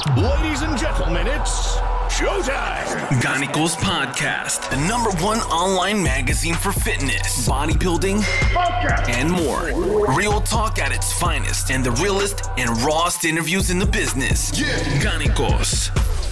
Ladies and gentlemen, it's showtime! Ganicos Podcast, the #1 online magazine for fitness, bodybuilding, and more. Real talk at its finest and the realest and rawest interviews in the business. Yeah. Ganicos.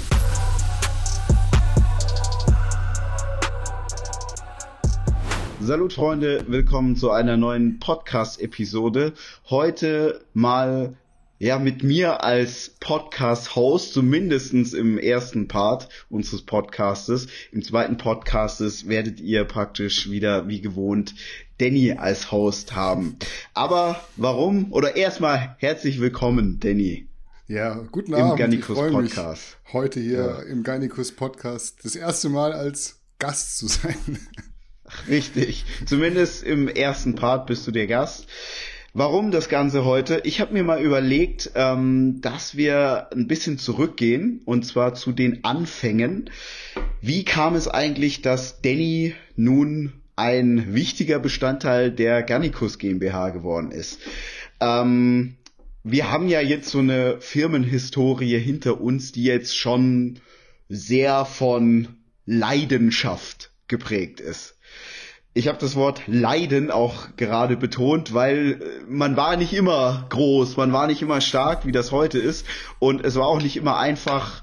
Salut Freunde, willkommen zu einer neuen Podcast-Episode. Heute mal mit mir als Podcast-Host, zumindestens im ersten Part unseres Podcastes. Im zweiten Podcastes werdet ihr praktisch wieder wie gewohnt Danny als Host haben. Aber warum? Oder erstmal herzlich willkommen, Danny. Ja, guten Abend. Im Ganicos ich freue mich, Podcast. heute hier im Ganicos Podcast das erste Mal als Gast zu sein. Richtig, zumindest im ersten Part bist du der Gast. Warum das Ganze heute? Ich habe mir mal überlegt, dass wir ein bisschen zurückgehen, und zwar zu den Anfängen. Wie kam es eigentlich, dass Danny nun ein wichtiger Bestandteil der Ganicos GmbH geworden ist? Wir haben ja jetzt so eine Firmenhistorie hinter uns, die jetzt schon sehr von Leidenschaft geprägt ist. Ich habe das Wort Leiden auch gerade betont, weil man war nicht immer groß, man war nicht immer stark, wie das heute ist. Und es war auch nicht immer einfach,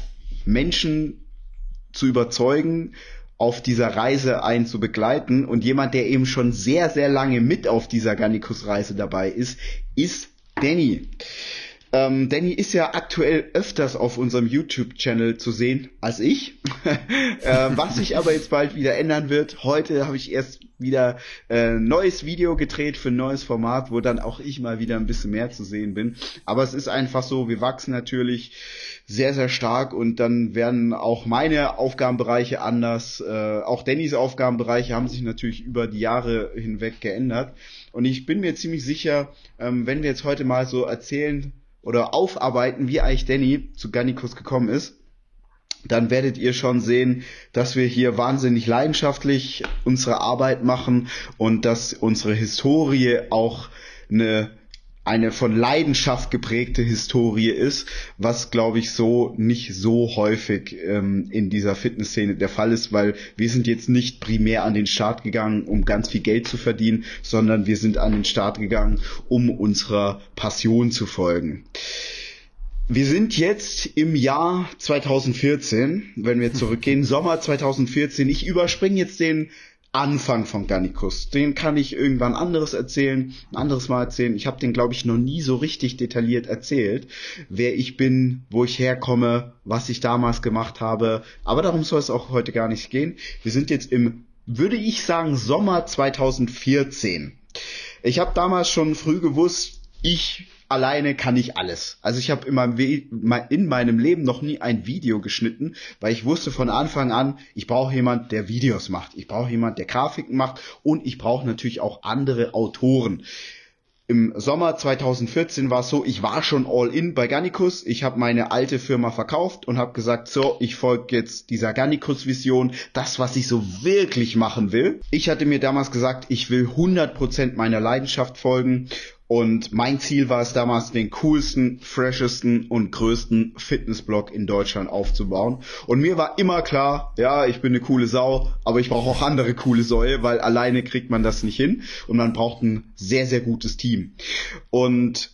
Menschen zu überzeugen, auf dieser Reise einen zu begleiten. Und jemand, der eben schon sehr, sehr lange mit auf dieser Ganicos-Reise dabei ist Danny. Danny ist ja aktuell öfters auf unserem YouTube-Channel zu sehen als ich, was sich aber jetzt bald wieder ändern wird. Heute habe ich erst wieder ein neues Video gedreht für ein neues Format, wo dann auch ich mal wieder ein bisschen mehr zu sehen bin. Aber es ist einfach so, wir wachsen natürlich sehr, sehr stark und dann werden auch meine Aufgabenbereiche anders. Auch Dannys Aufgabenbereiche haben sich natürlich über die Jahre hinweg geändert. Und ich bin mir ziemlich sicher, wenn wir jetzt heute mal so erzählen oder aufarbeiten, wie eigentlich Danny zu Ganicos gekommen ist, dann werdet ihr schon sehen, dass wir hier wahnsinnig leidenschaftlich unsere Arbeit machen und dass unsere Historie auch eine von Leidenschaft geprägte Historie ist, was, glaube ich, so nicht so häufig in dieser Fitnessszene der Fall ist, weil wir sind jetzt nicht primär an den Start gegangen, um ganz viel Geld zu verdienen, sondern wir sind an den Start gegangen, um unserer Passion zu folgen. Wir sind jetzt im Jahr 2014, wenn wir zurückgehen, Sommer 2014. Ich überspringe jetzt den Anfang von Ganicos. Den kann ich irgendwann ein anderes Mal erzählen. Ich habe den, glaube ich, noch nie so richtig detailliert erzählt, wer ich bin, wo ich herkomme, was ich damals gemacht habe. Aber darum soll es auch heute gar nicht gehen. Wir sind jetzt im, würde ich sagen, Sommer 2014. Ich habe damals schon früh gewusst, ich alleine kann ich alles. Also ich habe in meinem Leben noch nie ein Video geschnitten, weil ich wusste von Anfang an, ich brauche jemanden, der Videos macht. Ich brauche jemanden, der Grafiken macht, und ich brauche natürlich auch andere Autoren. Im Sommer 2014 war es so, ich war schon all in bei Ganicos. Ich habe meine alte Firma verkauft und habe gesagt, so, ich folge jetzt dieser Ganicos-Vision, das, was ich so wirklich machen will. Ich hatte mir damals gesagt, ich will 100% meiner Leidenschaft folgen. Und mein Ziel war es damals, den coolsten, freshesten und größten Fitnessblog in Deutschland aufzubauen. Und mir war immer klar, ja, ich bin eine coole Sau, aber ich brauche auch andere coole Säue, weil alleine kriegt man das nicht hin. Und man braucht ein sehr, sehr gutes Team. Und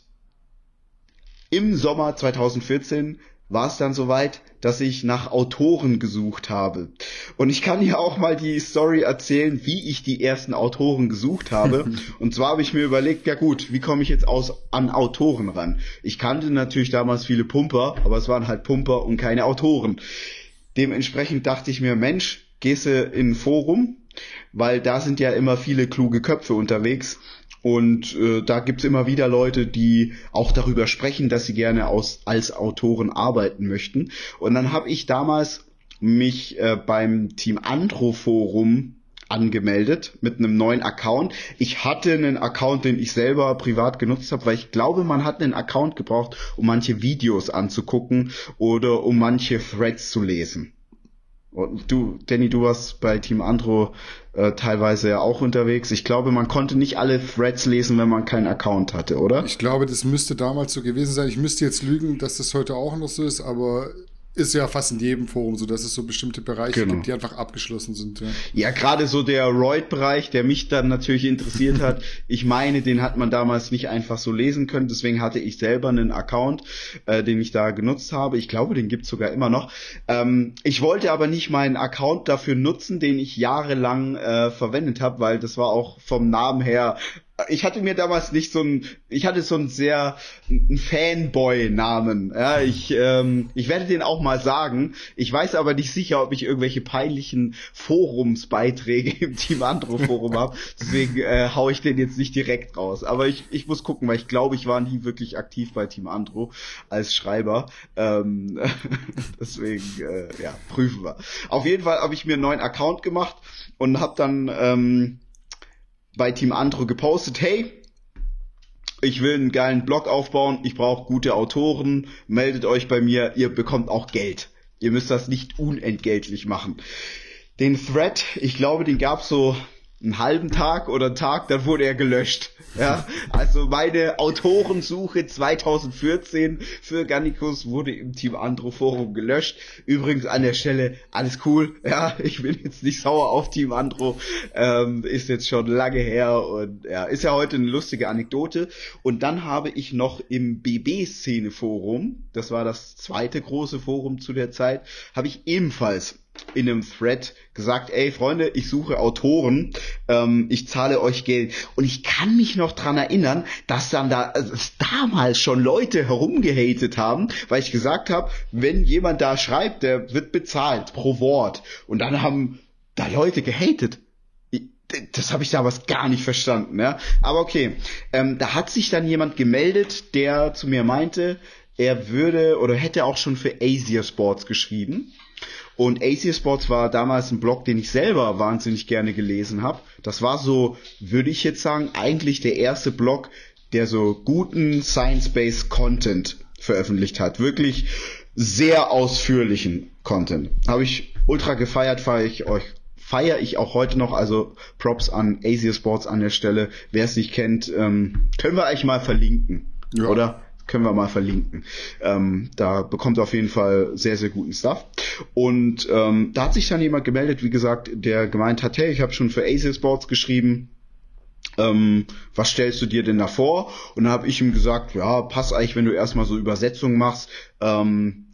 im Sommer 2014 war es dann soweit, dass ich nach Autoren gesucht habe. Und ich kann hier auch mal die Story erzählen, wie ich die ersten Autoren gesucht habe. Und zwar habe ich mir überlegt, ja gut, wie komme ich jetzt an Autoren ran? Ich kannte natürlich damals viele Pumper, aber es waren halt Pumper und keine Autoren. Dementsprechend dachte ich mir, Mensch, gehst du in ein Forum, weil da sind ja immer viele kluge Köpfe unterwegs. Und da gibt's immer wieder Leute, die auch darüber sprechen, dass sie gerne als Autoren arbeiten möchten. Und dann habe ich damals mich beim Team Andro Forum angemeldet mit einem neuen Account. Ich hatte einen Account, den ich selber privat genutzt habe, weil ich glaube, man hat einen Account gebraucht, um manche Videos anzugucken oder um manche Threads zu lesen. Und du, Danny, du warst bei Team Andro teilweise ja auch unterwegs. Ich glaube, man konnte nicht alle Threads lesen, wenn man keinen Account hatte, oder? Ich glaube, das müsste damals so gewesen sein. Ich müsste jetzt lügen, dass das heute auch noch so ist, aber ist ja fast in jedem Forum so, dass es so bestimmte Bereiche gibt, die einfach abgeschlossen sind. Ja, gerade so der Roid-Bereich, der mich dann natürlich interessiert hat. Ich meine, den hat man damals nicht einfach so lesen können. Deswegen hatte ich selber einen Account, den ich da genutzt habe. Ich glaube, den gibt's sogar immer noch. Ich wollte aber nicht meinen Account dafür nutzen, den ich jahrelang verwendet habe, weil das war auch vom Namen her. Ich hatte mir damals ich hatte so einen sehr Fanboy-Namen. Ja, ich werde den auch mal sagen. Ich weiß aber nicht sicher, ob ich irgendwelche peinlichen Forumsbeiträge im Team Andro Forum habe. Deswegen hau ich den jetzt nicht direkt raus. Aber ich muss gucken, weil ich glaube, ich war nie wirklich aktiv bei Team Andro als Schreiber. Deswegen, prüfen wir. Auf jeden Fall habe ich mir einen neuen Account gemacht und habe dann bei Team Andro gepostet, hey, ich will einen geilen Blog aufbauen, ich brauche gute Autoren, meldet euch bei mir, ihr bekommt auch Geld. Ihr müsst das nicht unentgeltlich machen. Den Thread, ich glaube, den gab's so einen halben Tag oder einen Tag, dann wurde er gelöscht. Ja, also meine Autorensuche 2014 für Gannikus wurde im Team Andro Forum gelöscht. Übrigens an der Stelle, alles cool, ja, ich bin jetzt nicht sauer auf Team Andro, ist jetzt schon lange her und ja, ist ja heute eine lustige Anekdote. Und dann habe ich noch im BB-Szene-Forum, das war das zweite große Forum zu der Zeit, habe ich ebenfalls in einem Thread gesagt, ey Freunde, ich suche Autoren, ich zahle euch Geld. Und ich kann mich noch dran erinnern, dass dann damals schon Leute herumgehatet haben, weil ich gesagt habe, wenn jemand da schreibt, der wird bezahlt pro Wort. Und dann haben da Leute gehatet. Das habe ich damals gar nicht verstanden, ja. Aber okay, da hat sich dann jemand gemeldet, der zu mir meinte, er würde oder hätte auch schon für Asia Sports geschrieben. Und Asia Sports war damals ein Blog, den ich selber wahnsinnig gerne gelesen habe. Das war so, würde ich jetzt sagen, eigentlich der erste Blog, der so guten Science-Based Content veröffentlicht hat. Wirklich sehr ausführlichen Content. Habe ich ultra gefeiert, feiere ich auch heute noch. Also Props an Asia Sports an der Stelle. Wer es nicht kennt, können wir eigentlich mal verlinken, ja. Oder? Können wir mal verlinken. Da bekommt auf jeden Fall sehr, sehr guten Stuff. Und da hat sich dann jemand gemeldet, wie gesagt, der gemeint hat, hey, ich habe schon für Asia Sports geschrieben. Was stellst du dir denn da vor? Und dann habe ich ihm gesagt, ja, passt eigentlich, wenn du erstmal so Übersetzungen machst. Dann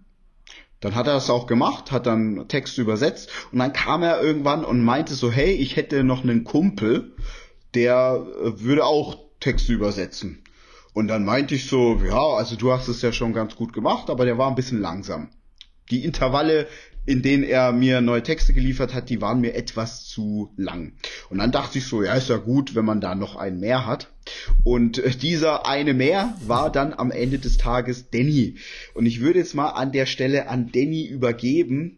hat er das auch gemacht, hat dann Texte übersetzt. Und dann kam er irgendwann und meinte so, hey, ich hätte noch einen Kumpel, der würde auch Texte übersetzen. Und dann meinte ich so, ja, also du hast es ja schon ganz gut gemacht, aber der war ein bisschen langsam. Die Intervalle, in denen er mir neue Texte geliefert hat, die waren mir etwas zu lang. Und dann dachte ich so, ja, ist ja gut, wenn man da noch einen mehr hat. Und dieser eine mehr war dann am Ende des Tages Danny. Und ich würde jetzt mal an der Stelle an Danny übergeben.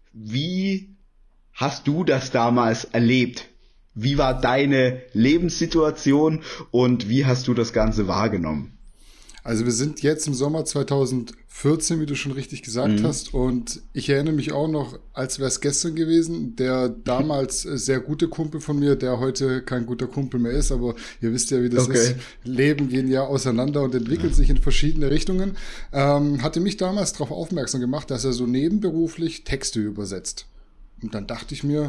Wie hast du das damals erlebt? Wie war deine Lebenssituation und wie hast du das Ganze wahrgenommen? Also wir sind jetzt im Sommer 2014, wie du schon richtig gesagt hast, und ich erinnere mich auch noch, als wäre es gestern gewesen, der damals sehr gute Kumpel von mir, der heute kein guter Kumpel mehr ist, aber ihr wisst ja, wie das ist. Leben gehen ja auseinander und entwickelt sich in verschiedene Richtungen, hatte mich damals darauf aufmerksam gemacht, dass er so nebenberuflich Texte übersetzt. Und dann dachte ich mir,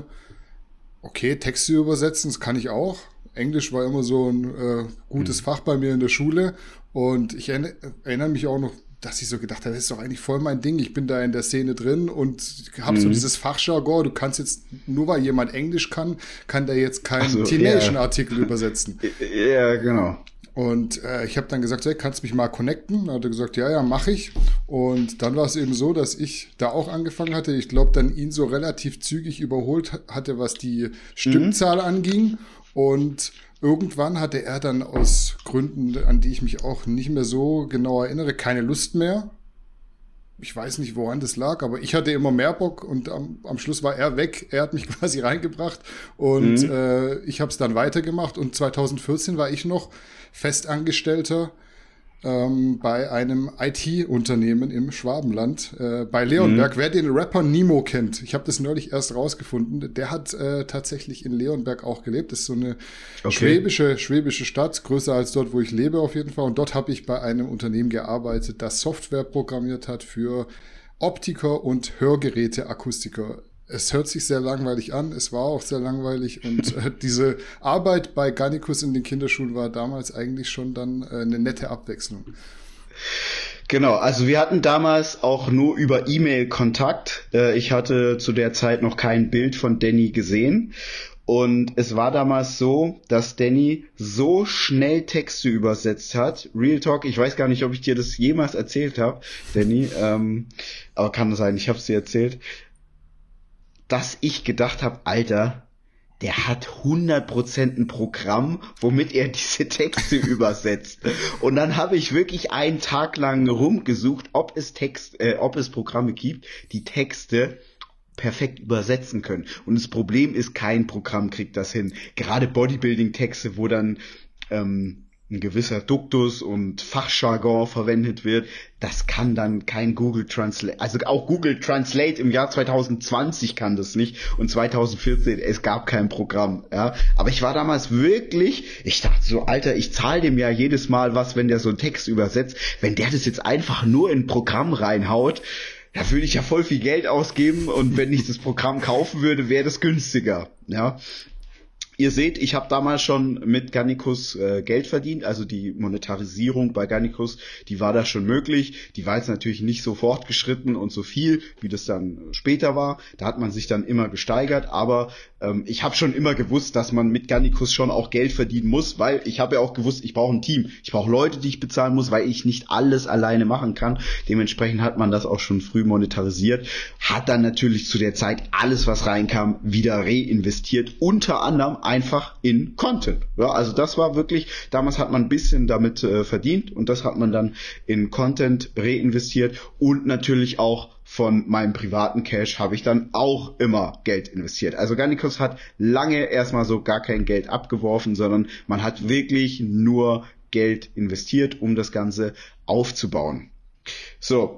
okay, Texte übersetzen, das kann ich auch. Englisch war immer so ein gutes Fach bei mir in der Schule. Und ich erinnere mich auch noch, dass ich so gedacht habe, das ist doch eigentlich voll mein Ding. Ich bin da in der Szene drin und habe so dieses Fachjargon. Du kannst jetzt, nur weil jemand Englisch kann der jetzt keinen T-Nation-Artikel übersetzen. Ja, genau. Und ich habe dann gesagt, hey, kannst du mich mal connecten? Dann hat er gesagt, ja, mache ich. Und dann war es eben so, dass ich da auch angefangen hatte. Ich glaube, dann ihn so relativ zügig überholt hatte, was die Stückzahl anging. Und irgendwann hatte er dann aus Gründen, an die ich mich auch nicht mehr so genau erinnere, keine Lust mehr. Ich weiß nicht, woran das lag, aber ich hatte immer mehr Bock und am Schluss war er weg. Er hat mich quasi reingebracht und ich habe es dann weitergemacht. Und 2014 war ich noch Festangestellter bei einem IT-Unternehmen im Schwabenland, bei Leonberg. Wer den Rapper Nemo kennt, ich habe das neulich erst rausgefunden, der hat tatsächlich in Leonberg auch gelebt. Das ist so eine schwäbische Stadt, größer als dort, wo ich lebe auf jeden Fall. Und dort habe ich bei einem Unternehmen gearbeitet, das Software programmiert hat für Optiker und Hörgeräte-Akustiker. Es hört sich sehr langweilig an, es war auch sehr langweilig und diese Arbeit bei Gannikus in den Kinderschuhen war damals eigentlich schon dann eine nette Abwechslung. Genau, also wir hatten damals auch nur über E-Mail Kontakt. Ich hatte zu der Zeit noch kein Bild von Danny gesehen. Und es war damals so, dass Danny so schnell Texte übersetzt hat. Real Talk, ich weiß gar nicht, ob ich dir das jemals erzählt habe, Danny, aber kann sein, ich habe es dir erzählt, dass ich gedacht habe, Alter, der hat 100% ein Programm, womit er diese Texte übersetzt. Und dann habe ich wirklich einen Tag lang rumgesucht, ob es Programme gibt, die Texte perfekt übersetzen können. Und das Problem ist, kein Programm kriegt das hin. Gerade Bodybuilding-Texte, wo dann ein gewisser Duktus und Fachjargon verwendet wird, das kann dann kein Google Translate, also auch Google Translate im Jahr 2020 kann das nicht und 2014, es gab kein Programm, ja. Aber ich war damals wirklich, ich dachte so, Alter, ich zahle dem ja jedes Mal was, wenn der so einen Text übersetzt, wenn der das jetzt einfach nur in ein Programm reinhaut, da würde ich ja voll viel Geld ausgeben und wenn ich das Programm kaufen würde, wäre das günstiger, ja. Ihr seht, ich habe damals schon mit Gannikus Geld verdient, also die Monetarisierung bei Gannikus, die war da schon möglich. Die war jetzt natürlich nicht so fortgeschritten und so viel, wie das dann später war. Da hat man sich dann immer gesteigert, aber ich habe schon immer gewusst, dass man mit Gannikus schon auch Geld verdienen muss, weil ich habe ja auch gewusst, ich brauche ein Team. Ich brauche Leute, die ich bezahlen muss, weil ich nicht alles alleine machen kann. Dementsprechend hat man das auch schon früh monetarisiert. Hat dann natürlich zu der Zeit alles, was reinkam, wieder reinvestiert. Unter anderem einfach in Content. Ja, also das war wirklich, damals hat man ein bisschen damit verdient und das hat man dann in Content reinvestiert und natürlich auch von meinem privaten Cash habe ich dann auch immer Geld investiert. Also Gannikus hat lange erstmal so gar kein Geld abgeworfen, sondern man hat wirklich nur Geld investiert, um das Ganze aufzubauen. So,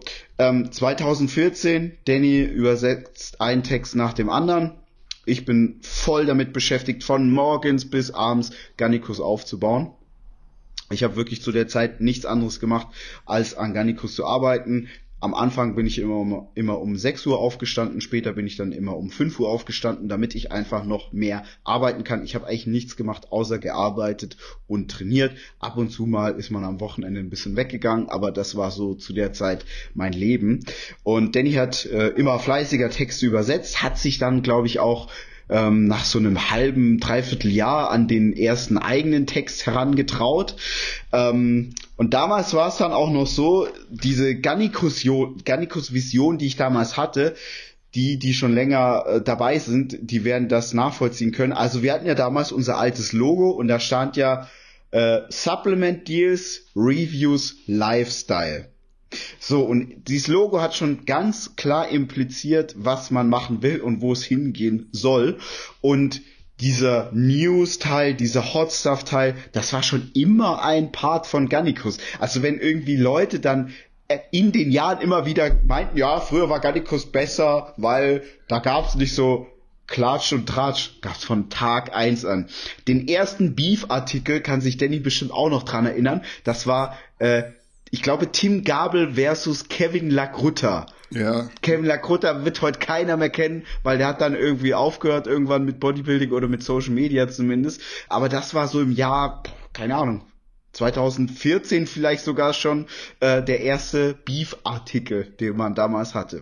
2014, Danny übersetzt einen Text nach dem anderen. Ich bin voll damit beschäftigt, von morgens bis abends Gannikus aufzubauen. Ich habe wirklich zu der Zeit nichts anderes gemacht, als an Gannikus zu arbeiten. Am Anfang bin ich immer um 6 Uhr aufgestanden, später bin ich dann immer um 5 Uhr aufgestanden, damit ich einfach noch mehr arbeiten kann. Ich habe eigentlich nichts gemacht, außer gearbeitet und trainiert. Ab und zu mal ist man am Wochenende ein bisschen weggegangen, aber das war so zu der Zeit mein Leben. Und Danny hat immer fleißiger Texte übersetzt, hat sich dann, glaube ich, auch nach so einem halben, dreiviertel Jahr an den ersten eigenen Text herangetraut. Und damals war es dann auch noch so, diese Gannikus-Vision, die ich damals hatte, die schon länger dabei sind, die werden das nachvollziehen können. Also wir hatten ja damals unser altes Logo und da stand ja Supplement Deals, Reviews, Lifestyle. So, und dieses Logo hat schon ganz klar impliziert, was man machen will und wo es hingehen soll. Und dieser News-Teil, dieser Hot-Stuff-Teil, das war schon immer ein Part von Gannikus. Also wenn irgendwie Leute dann in den Jahren immer wieder meinten, ja, früher war Gannikus besser, weil da gab's nicht so Klatsch und Tratsch, gab's von Tag 1 an. Den ersten Beef-Artikel kann sich Danny bestimmt auch noch dran erinnern. Das war ich glaube, Tim Gabel versus Kevin Lacrutta. Ja. Kevin Lacrutta wird heute keiner mehr kennen, weil der hat dann irgendwie aufgehört, irgendwann mit Bodybuilding oder mit Social Media zumindest. Aber das war so im Jahr, keine Ahnung, 2014 vielleicht sogar schon der erste Beef-Artikel, den man damals hatte.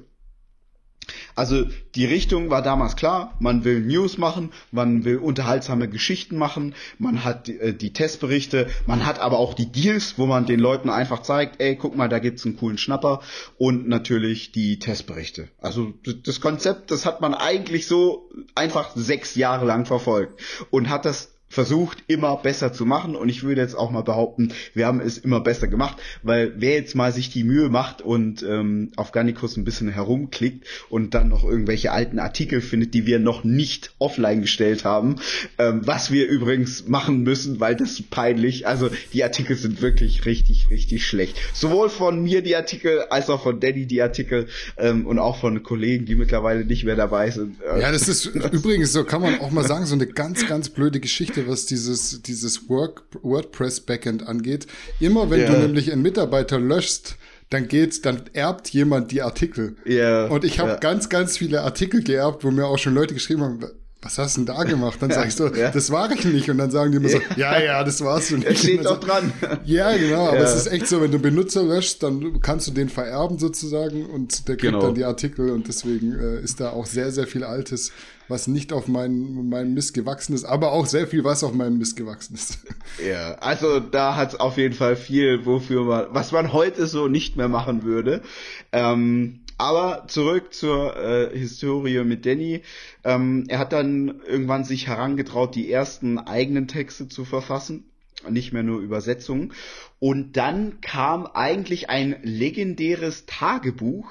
Also die Richtung war damals klar, man will News machen, man will unterhaltsame Geschichten machen, man hat die Testberichte, man hat aber auch die Deals, wo man den Leuten einfach zeigt, ey, guck mal, da gibt's einen coolen Schnapper und natürlich die Testberichte. Also das Konzept, das hat man eigentlich so einfach 6 Jahre lang verfolgt und hat das versucht, immer besser zu machen, und ich würde jetzt auch mal behaupten, wir haben es immer besser gemacht, weil wer jetzt mal sich die Mühe macht und auf Garnicus ein bisschen herumklickt und dann noch irgendwelche alten Artikel findet, die wir noch nicht offline gestellt haben, was wir übrigens machen müssen, weil das ist peinlich, also die Artikel sind wirklich richtig, richtig schlecht. Sowohl von mir die Artikel, als auch von Danny die Artikel und auch von Kollegen, die mittlerweile nicht mehr dabei sind. Ja, das ist übrigens, so kann man auch mal sagen, so eine ganz, ganz blöde Geschichte, was dieses WordPress-Backend angeht. Immer wenn du nämlich einen Mitarbeiter löschst, dann erbt jemand die Artikel. Ja. Und ich habe ganz, ganz viele Artikel geerbt, wo mir auch schon Leute geschrieben haben, was hast du denn da gemacht? Dann sag ich so, das war ich nicht. Und dann sagen die immer so, ja, das warst du nicht. Es steht doch dran. Ja, genau. Aber es ist echt so, wenn du Benutzer löschst, dann kannst du den vererben sozusagen und der kriegt dann die Artikel. Und deswegen ist da auch sehr, sehr viel Altes, was nicht auf meinem Mist gewachsen ist, aber auch sehr viel, was auf meinem Mist gewachsen ist. Ja, also da hat's auf jeden Fall viel, was man heute so nicht mehr machen würde. Aber zurück zur Historie mit Danny. Er hat dann irgendwann sich herangetraut, die ersten eigenen Texte zu verfassen, nicht mehr nur Übersetzungen. Und dann kam eigentlich ein legendäres Tagebuch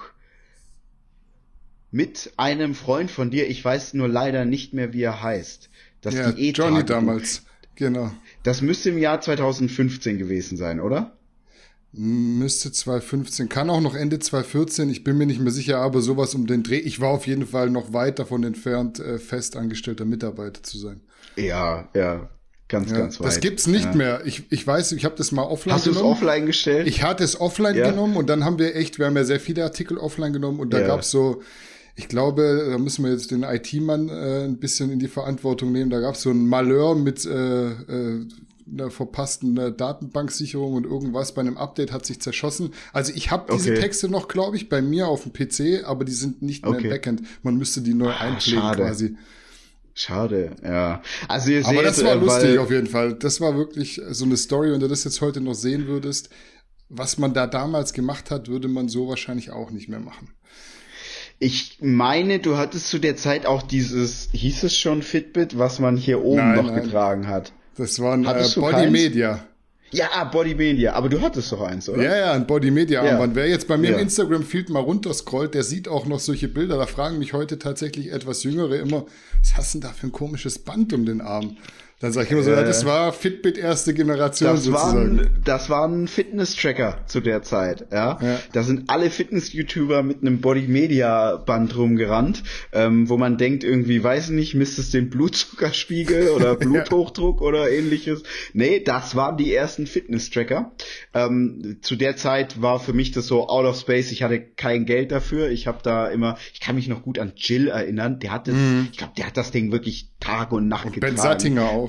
mit einem Freund von dir. Ich weiß nur leider nicht mehr, wie er heißt. Das Johnny damals, genau. Das müsste im Jahr 2015 gewesen sein, oder? Müsste 2015, kann auch noch Ende 2014, ich bin mir nicht mehr sicher, aber sowas um den Dreh. Ich war auf jeden Fall noch weit davon entfernt, festangestellter Mitarbeiter zu sein. Ja, ganz weit. Das gibt's nicht mehr. Ich weiß, ich habe das mal offline genommen. Hast du es offline gestellt? Ich hatte es offline genommen und dann haben wir ja sehr viele Artikel offline genommen und da gab's so, ich glaube, da müssen wir jetzt den IT-Mann ein bisschen in die Verantwortung nehmen, da gab's so ein Malheur mit einer verpassten Datenbanksicherung und irgendwas bei einem Update hat sich zerschossen. Also ich habe diese Texte noch, glaube ich, bei mir auf dem PC, aber die sind nicht mehr im Backend. Man müsste die neu einpflegen quasi. Schade, ja. Also ihr seht, aber das war lustig auf jeden Fall. Das war wirklich so eine Story, wenn du das jetzt heute noch sehen würdest, was man da damals gemacht hat, würde man so wahrscheinlich auch nicht mehr machen. Ich meine, du hattest zu der Zeit auch hieß es schon Fitbit, was man hier oben getragen hat. Das war ein Body Media. Ja, Body Media. Aber du hattest doch eins, oder? Ja, ein Body Media Armband. Wer jetzt bei mir im Instagram-Feed mal runterscrollt, der sieht auch noch solche Bilder. Da fragen mich heute tatsächlich etwas Jüngere immer, was hast du denn da für ein komisches Band um den Arm? Dann sag ich immer so, das war Fitbit erste Generation sozusagen. Das war ein Fitness-Tracker zu der Zeit, ja. Da sind alle Fitness-YouTuber mit einem Body-Media-Band rumgerannt, wo man denkt irgendwie, weiß nicht, misst es den Blutzuckerspiegel oder Bluthochdruck oder ähnliches. Nee, das waren die ersten Fitness-Tracker. Zu der Zeit war für mich das so out of space, ich hatte kein Geld dafür. Ich kann mich noch gut an Jill erinnern, der hat das Ding wirklich Tag und Nacht getragen. Ben Sattinger auch.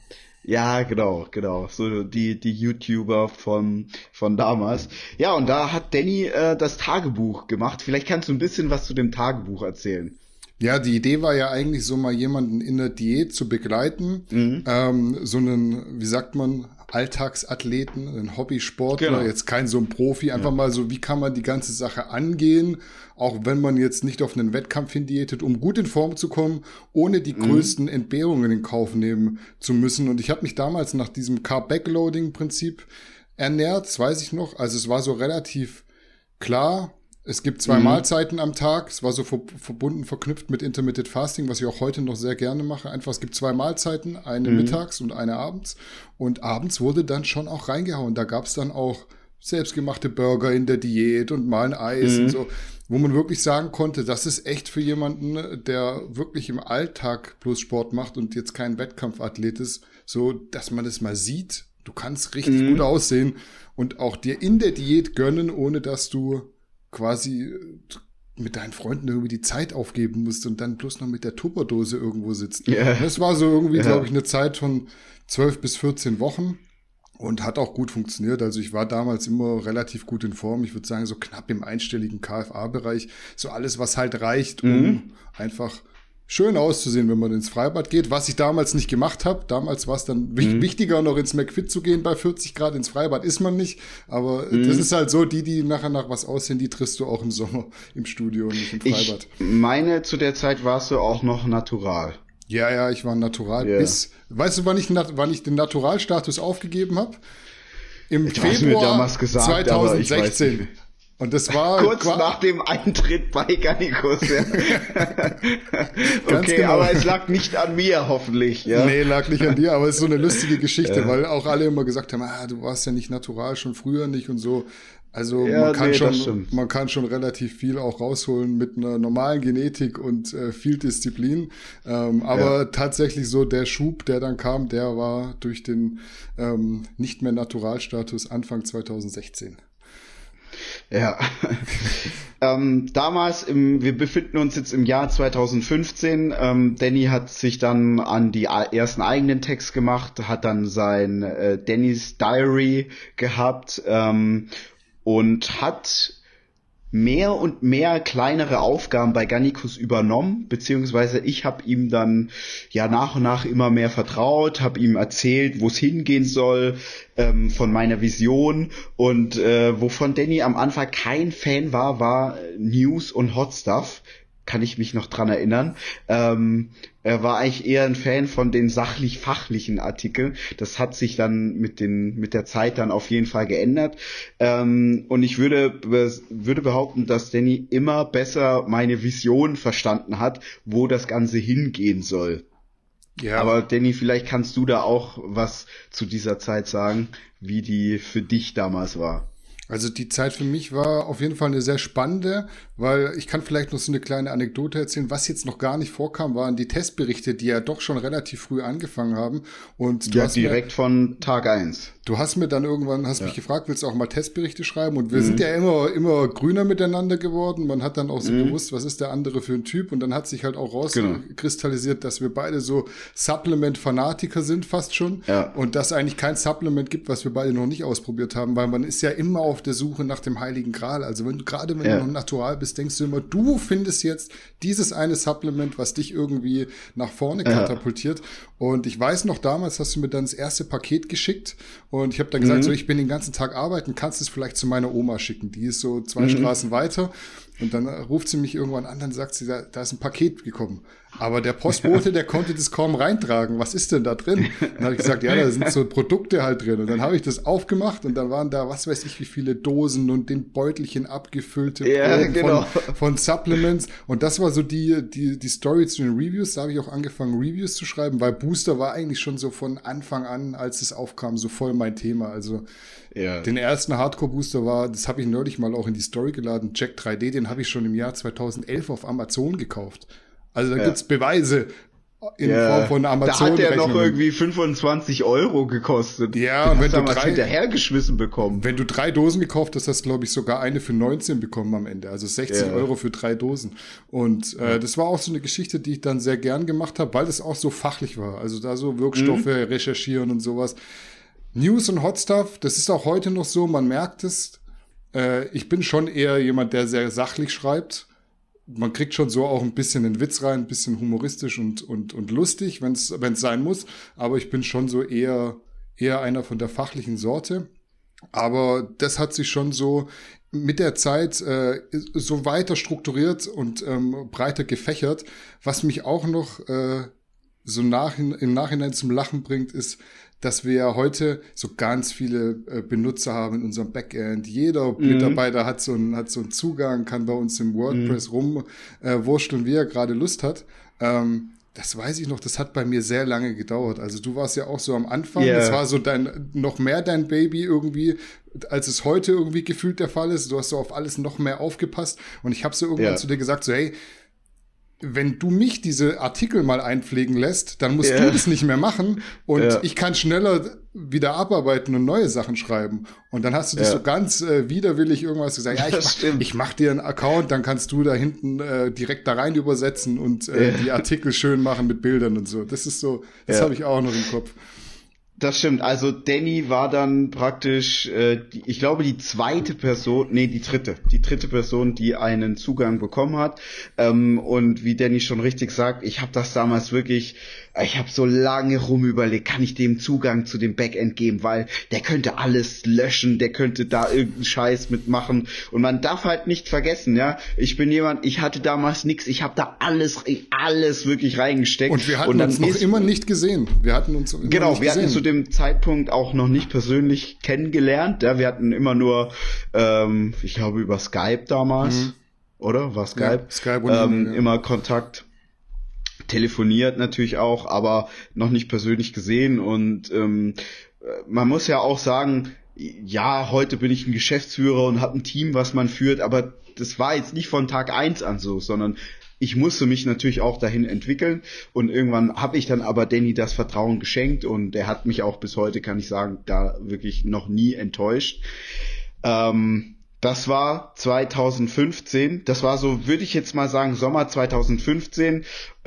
Ja, genau. So die YouTuber von damals. Ja, und da hat Danny das Tagebuch gemacht. Vielleicht kannst du ein bisschen was zu dem Tagebuch erzählen. Ja, die Idee war ja eigentlich so mal jemanden in der Diät zu begleiten. So einen, wie sagt man, Alltagsathleten, einen Hobbysportler, jetzt kein so ein Profi, einfach mal so, wie kann man die ganze Sache angehen, auch wenn man jetzt nicht auf einen Wettkampf hindiätet, um gut in Form zu kommen, ohne die größten Entbehrungen in Kauf nehmen zu müssen. Und ich habe mich damals nach diesem Carb-Backloading-Prinzip ernährt, das weiß ich noch. Also es war so relativ klar, es gibt 2 Mahlzeiten am Tag. Es war so verknüpft mit Intermittent Fasting, was ich auch heute noch sehr gerne mache. Einfach, es gibt 2 Mahlzeiten, eine mittags und eine abends. Und abends wurde dann schon auch reingehauen. Da gab es dann auch selbstgemachte Burger in der Diät und mal ein Eis und so, wo man wirklich sagen konnte, das ist echt für jemanden, der wirklich im Alltag bloß Sport macht und jetzt kein Wettkampfathlet ist, so, dass man das mal sieht. Du kannst richtig gut aussehen und auch dir in der Diät gönnen, ohne dass du quasi mit deinen Freunden irgendwie die Zeit aufgeben musst und dann bloß noch mit der Tupperdose irgendwo sitzt. Das war so irgendwie, glaube ich, eine Zeit von 12 bis 14 Wochen und hat auch gut funktioniert. Also ich war damals immer relativ gut in Form. Ich würde sagen, so knapp im einstelligen KFA-Bereich. So alles, was halt reicht, um einfach schön auszusehen, wenn man ins Freibad geht, was ich damals nicht gemacht habe. Damals war es dann wichtiger, noch ins McFit zu gehen. Bei 40 Grad ins Freibad ist man nicht. Aber das ist halt so, die nachher nach was aussehen, die triffst du auch im Sommer im Studio und nicht im Freibad. Ich meine, zu der Zeit warst du auch noch natural. Ja, ich war natural bis, weißt du, wann ich den Naturalstatus aufgegeben habe? Im Februar damals gesagt, 2016. Und das war kurz nach dem Eintritt bei Gannikus. Ja. Okay, genau. Aber es lag nicht an mir, hoffentlich. Ja? Nee, lag nicht an dir, aber es ist so eine lustige Geschichte, weil auch alle immer gesagt haben, du warst ja nicht natural, schon früher nicht und so. Also man kann schon relativ viel auch rausholen mit einer normalen Genetik und viel Disziplin. Aber tatsächlich so der Schub, der dann kam, der war durch den nicht mehr Naturalstatus Anfang 2016. Ja, damals, wir befinden uns jetzt im Jahr 2015, Danny hat sich dann an die ersten eigenen Tags gemacht, hat dann sein Danny's Diary gehabt und hat mehr und mehr kleinere Aufgaben bei Gannikus übernommen, beziehungsweise ich habe ihm dann ja nach und nach immer mehr vertraut, habe ihm erzählt, wo es hingehen soll, von meiner Vision und wovon Danny am Anfang kein Fan war News und Hot Stuff. Kann ich mich noch dran erinnern. Er war eigentlich eher ein Fan von den sachlich-fachlichen Artikeln. Das hat sich dann mit der Zeit dann auf jeden Fall geändert. Und ich würde behaupten, dass Danny immer besser meine Vision verstanden hat, wo das Ganze hingehen soll. Ja. Aber Danny, vielleicht kannst du da auch was zu dieser Zeit sagen, wie die für dich damals war. Also die Zeit für mich war auf jeden Fall eine sehr spannende, weil ich kann vielleicht noch so eine kleine Anekdote erzählen. Was jetzt noch gar nicht vorkam, waren die Testberichte, die ja doch schon relativ früh angefangen haben. Und du hast direkt von Tag 1. Du hast mir dann irgendwann, mich gefragt, willst du auch mal Testberichte schreiben? Und wir sind ja immer grüner miteinander geworden. Man hat dann auch so gewusst, was ist der andere für ein Typ? Und dann hat sich halt auch rauskristallisiert, dass wir beide so Supplement-Fanatiker sind fast schon. Ja. Und dass eigentlich kein Supplement gibt, was wir beide noch nicht ausprobiert haben, weil man ist ja immer auf der Suche nach dem Heiligen Gral. Also wenn du noch natural bist, denkst du immer, du findest jetzt dieses eine Supplement, was dich irgendwie nach vorne katapultiert. Und ich weiß noch, damals hast du mir dann das erste Paket geschickt und ich habe dann gesagt, so, ich bin den ganzen Tag arbeiten, kannst du es vielleicht zu meiner Oma schicken. Die ist so 2 Straßen weiter. Und dann ruft sie mich irgendwann an, dann sagt sie, da ist ein Paket gekommen. Aber der Postbote, der konnte das kaum reintragen. Was ist denn da drin? Dann habe ich gesagt, ja, da sind so Produkte halt drin. Und dann habe ich das aufgemacht und dann waren da, was weiß ich, wie viele Dosen und den Beutelchen abgefüllte von Supplements. Und das war so die Story zu den Reviews. Da habe ich auch angefangen, Reviews zu schreiben, weil Booster war eigentlich schon so von Anfang an, als es aufkam, so voll mein Thema. Also den ersten Hardcore-Booster das habe ich neulich mal auch in die Story geladen, Jack 3D, den habe ich schon im Jahr 2011 auf Amazon gekauft. Also da gibt's Beweise in Form von Amazon. Da hat der noch irgendwie 25 € gekostet. Ja, und wenn du 3 hinterhergeschmissen bekommen. Wenn du 3 Dosen gekauft hast, hast du, glaube ich, sogar eine für 19 bekommen am Ende. Also 60 € für 3 Dosen. Und das war auch so eine Geschichte, die ich dann sehr gern gemacht habe, weil das auch so fachlich war. Also da so Wirkstoffe recherchieren und sowas. News und Hot Stuff, das ist auch heute noch so, man merkt es. Ich bin schon eher jemand, der sehr sachlich schreibt. Man kriegt schon so auch ein bisschen den Witz rein, ein bisschen humoristisch und lustig, wenn es sein muss. Aber ich bin schon so eher einer von der fachlichen Sorte. Aber das hat sich schon so mit der Zeit so weiter strukturiert und breiter gefächert. Was mich auch noch so im Nachhinein zum Lachen bringt, ist, dass wir ja heute so ganz viele Benutzer haben in unserem Backend. Jeder Mitarbeiter hat so einen Zugang, kann bei uns im WordPress rumwursteln, wie er gerade Lust hat. Das weiß ich noch, das hat bei mir sehr lange gedauert. Also du warst ja auch so am Anfang, das war so noch mehr dein Baby irgendwie, als es heute irgendwie gefühlt der Fall ist. Du hast so auf alles noch mehr aufgepasst und ich habe so irgendwann zu dir gesagt, so hey, wenn du mich diese Artikel mal einpflegen lässt, dann musst du das nicht mehr machen und ich kann schneller wieder abarbeiten und neue Sachen schreiben. Und dann hast du das so ganz widerwillig irgendwas gesagt, ich mach dir einen Account, dann kannst du da hinten direkt da rein übersetzen und die Artikel schön machen mit Bildern und so. Das ist so, das habe ich auch noch im Kopf. Das stimmt, also Danny war dann praktisch, ich glaube die dritte Person, die einen Zugang bekommen hat. Und wie Danny schon richtig sagt, ich habe das damals wirklich ich habe so lange rumüberlegt, kann ich dem Zugang zu dem Backend geben, weil der könnte alles löschen, der könnte da irgendeinen Scheiß mitmachen. Und man darf halt nicht vergessen, ja, ich hatte damals nichts, ich habe da alles wirklich reingesteckt. Und wir hatten uns noch immer nicht gesehen. Wir hatten zu dem Zeitpunkt auch noch nicht persönlich kennengelernt. Ja, wir hatten immer nur, ich glaube über Skype damals, oder? War Skype? Ja, Skype und immer Kontakt. Telefoniert natürlich auch, aber noch nicht persönlich gesehen. Und man muss ja auch sagen, ja, heute bin ich ein Geschäftsführer und habe ein Team, was man führt, aber das war jetzt nicht von Tag 1 an so, sondern ich musste mich natürlich auch dahin entwickeln und irgendwann habe ich dann aber Danny das Vertrauen geschenkt und er hat mich auch bis heute, kann ich sagen, da wirklich noch nie enttäuscht. Das war 2015, das war so, würde ich jetzt mal sagen, Sommer 2015.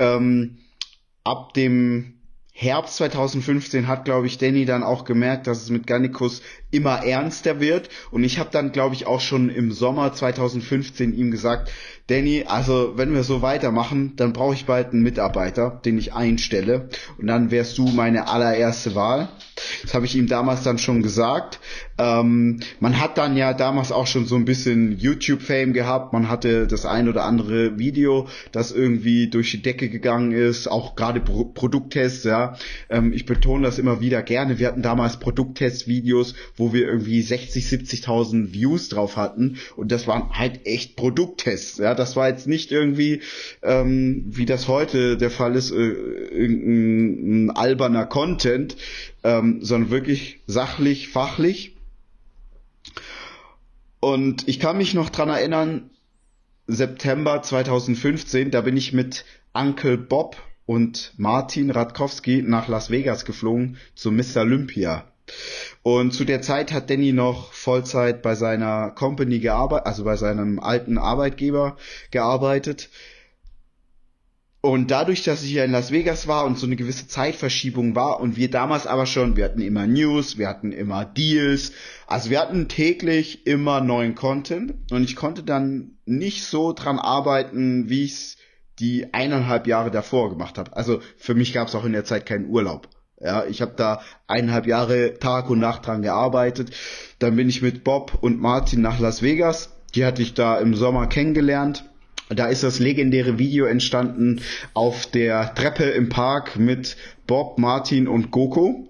Ab dem Herbst 2015 hat, glaube ich, Danny dann auch gemerkt, dass es mit Gannikus immer ernster wird. Und ich habe dann, glaube ich, auch schon im Sommer 2015 ihm gesagt, Danny, also wenn wir so weitermachen, dann brauche ich bald einen Mitarbeiter, den ich einstelle. Und dann wärst du meine allererste Wahl. Das habe ich ihm damals dann schon gesagt. Man hat dann ja damals auch schon so ein bisschen YouTube-Fame gehabt. Man hatte das ein oder andere Video, das irgendwie durch die Decke gegangen ist. Auch gerade Produkttests, ja. Ich betone das immer wieder gerne. Wir hatten damals Produkttest-Videos, wo wir irgendwie 60, 70.000 Views drauf hatten. Und das waren halt echt Produkttests, ja. Das war jetzt nicht irgendwie, wie das heute der Fall ist, irgendein alberner Content, sondern wirklich sachlich, fachlich. Und ich kann mich noch dran erinnern, September 2015, da bin ich mit Uncle Bob und Martin Radkowski nach Las Vegas geflogen zu Mr. Olympia. Und zu der Zeit hat Danny noch Vollzeit bei seiner Company gearbeitet, also bei seinem alten Arbeitgeber gearbeitet. Und dadurch, dass ich ja in Las Vegas war und so eine gewisse Zeitverschiebung war und wir damals aber schon, wir hatten immer News, wir hatten immer Deals, also wir hatten täglich immer neuen Content und ich konnte dann nicht so dran arbeiten, wie ich es die 1,5 Jahre davor gemacht habe. Also für mich gab es auch in der Zeit keinen Urlaub. Ja, ich habe da 1,5 Jahre Tag und Nacht dran gearbeitet. Dann bin ich mit Bob und Martin nach Las Vegas. Die hatte ich da im Sommer kennengelernt. Da ist das legendäre Video entstanden auf der Treppe im Park mit Bob, Martin und Goko.